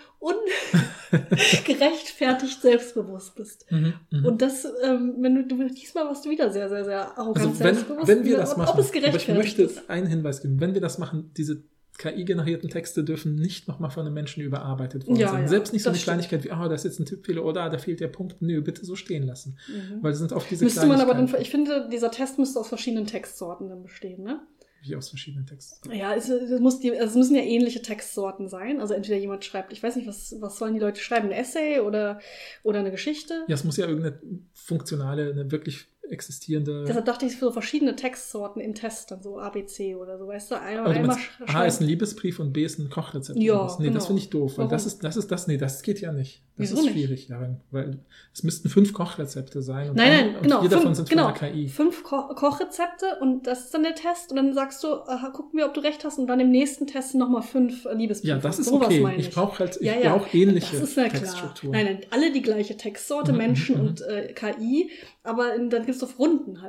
ungerechtfertigt selbstbewusst bist. Mhm, mhm. Und das, ähm, wenn du, du diesmal warst du wieder sehr, sehr, sehr arrogant Also wenn, selbstbewusst. wenn wir das ob, machen, ob es aber ich gerechtfertigt möchte ist. einen Hinweis geben, wenn wir das machen, diese K I-generierten Texte dürfen nicht nochmal von einem Menschen überarbeitet worden Ja, sein. ja, Selbst nicht so eine das stimmt. Kleinigkeit wie, ah, da ist jetzt ein Tippfehler oder ah, da fehlt der Punkt. Nö, bitte so stehen lassen. Mhm. Weil es sind auch diese Müsste man aber Kleinigkeiten, dann, ich finde, dieser Test müsste aus verschiedenen Textsorten dann bestehen, ne? wie aus verschiedenen Texten. Ja, es, es, muss die, also es müssen ja ähnliche Textsorten sein. Also entweder jemand schreibt, ich weiß nicht, was, was sollen die Leute schreiben, ein Essay oder, oder eine Geschichte? Ja, es muss ja irgendeine funktionale, eine wirklich existierende... Deshalb dachte ich, für so verschiedene Textsorten im Test, dann so A B C oder so, weißt du? Einmal, Also du einmal meinst, sch- A ist ein Liebesbrief und B ist ein Kochrezept. Ja, oder was? Nee, genau. das finde ich doof, weil Warum? das ist, das ist das, nee, das geht ja nicht. Das Wieso ist nicht? schwierig daran, weil es müssten fünf Kochrezepte sein und, Nein, ein, nein, und genau. vier davon fünf, sind genau, von der K I. fünf Ko Kochrezepte und das ist dann der Test und dann sagst du, aha, gucken wir, ob du recht hast und dann im nächsten Test nochmal fünf äh, Liebesbriefe. Ja, das ist Sowas okay. meine Ich brauche halt, ich Ja, ja. brauche ähnliche Das ist ja klar. Textstrukturen. Nein, nein, alle die gleiche Textsorte, Mhm, Menschen mhm, und äh, K I, aber in, dann gibt es doch Runden halt.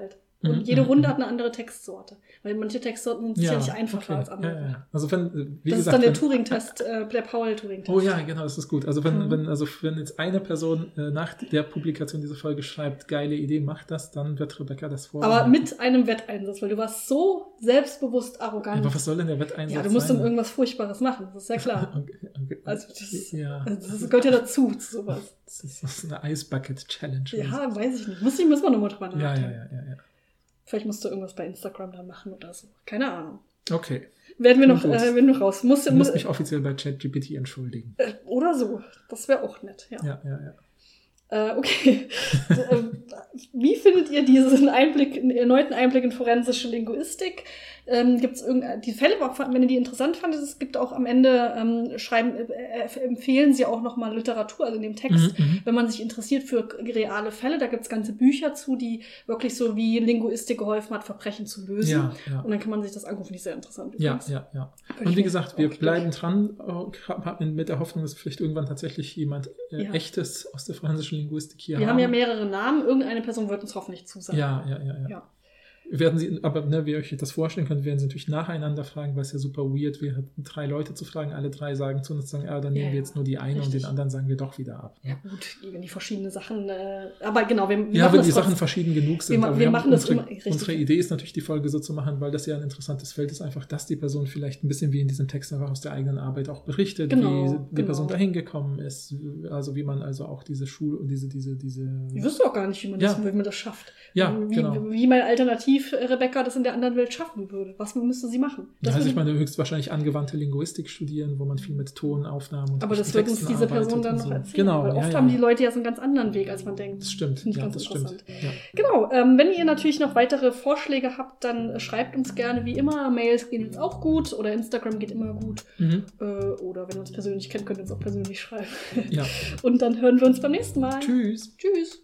Und Mhm, jede mhm, Runde mhm. hat eine andere Textsorte. Weil manche Textsorten sind Ja, sicherlich einfacher okay. als andere. Ja, ja, ja. Also wenn, wie das gesagt, ist dann der wenn- Turing-Test, äh, der Paul-Turing-Test. Oh ja, genau, das ist gut. Also wenn, Mhm. wenn, also wenn jetzt eine Person äh, nach der Publikation dieser Folge schreibt, geile Idee, mach das, dann wird Rebecca das vor. Aber mit einem Wetteinsatz, weil du warst so selbstbewusst arrogant. Aber was soll denn der Wetteinsatz Ja, du musst sein? dann irgendwas Furchtbares machen, das ist ja klar. Okay, okay. Also das, ja, also das gehört ja dazu, zu sowas. das ist, das ist eine Ice Bucket Challenge. Ja, weiß ich nicht. Muss ich, müssen wir nochmal drüber ja, ja, nachdenken. ja, ja, ja. Vielleicht musst du irgendwas bei Instagram da machen oder so. Keine Ahnung. Okay. Werden wir noch, Gut. äh, werden wir noch raus. Muss, Ich muss muss, mich offiziell bei ChatGPT entschuldigen. äh, oder so. Das wäre auch nett, ja. Ja, ja, ja. Äh, okay. äh, wie findet ihr diesen Einblick, einen erneuten Einblick in forensische Linguistik? Ähm, gibt es irgendeine, die Fälle, wenn ihr die interessant fandet, es gibt auch am Ende, ähm, schreiben, äh, empfehlen sie auch nochmal Literatur, also in dem Text, Mhm, mhm. wenn man sich interessiert für reale Fälle, da gibt es ganze Bücher zu, die wirklich so wie Linguistik geholfen hat, Verbrechen zu lösen. Ja, ja. Und dann kann man sich das angucken, finde ich sehr interessant. Ja, übrigens. ja, ja. Könnte Und ich wie mir gesagt, auch wir durch- bleiben dran, äh, mit der Hoffnung, dass vielleicht irgendwann tatsächlich jemand äh, Ja. Echtes aus der forensischen Linguistik hier Wir haben ja mehrere Namen, irgendeine Person wird uns hoffentlich zusagen. Ja, ja, ja, ja. Ja. Werden Sie, aber ne, wie ihr euch das vorstellen könnt, werden Sie natürlich nacheinander fragen, weil es ja super weird wäre, drei Leute zu fragen, alle drei sagen zu uns, sagen, ah, dann Ja, nehmen wir ja. jetzt nur die eine Richtig. und den anderen sagen wir doch wieder ab. Ja Ne? gut, wenn die verschiedenen Sachen, äh, aber genau, wir, wir Ja, machen wenn das die Sachen trotzdem. verschieden genug sind. Wir ma- aber wir haben machen das unsere, immer- richtig. unsere Idee ist natürlich, die Folge so zu machen, weil das ja ein interessantes Feld ist, einfach, dass die Person vielleicht ein bisschen wie in diesem Text einfach aus der eigenen Arbeit auch berichtet, Genau, wie die genau. Person dahin gekommen ist, also wie man also auch diese Schule und diese, diese, diese. Ich wüsste auch gar nicht, wie man, Ja. das, wie man das schafft. Ja, wie, genau. wie mein Alternativ-Rebecca das in der anderen Welt schaffen würde. Was müsste sie machen? Das also ich würde- meine, höchstwahrscheinlich angewandte Linguistik studieren, wo man viel mit Tonaufnahmen und aber das echten wird uns Texten diese Person arbeitet dann und noch so. erzählen. Genau, Weil ja, oft ja. haben die Leute ja so einen ganz anderen Weg, als man denkt. Das stimmt, Finde ich ja, ganz das stimmt. interessant. Ja. Genau, ähm, wenn ihr natürlich noch weitere Vorschläge habt, dann äh, schreibt uns gerne wie immer. Mails gehen jetzt auch gut oder Instagram geht immer gut. Mhm. Äh, oder wenn ihr uns persönlich kennt, könnt ihr uns auch persönlich schreiben. Ja. Und dann hören wir uns beim nächsten Mal. Tschüss. Tschüss.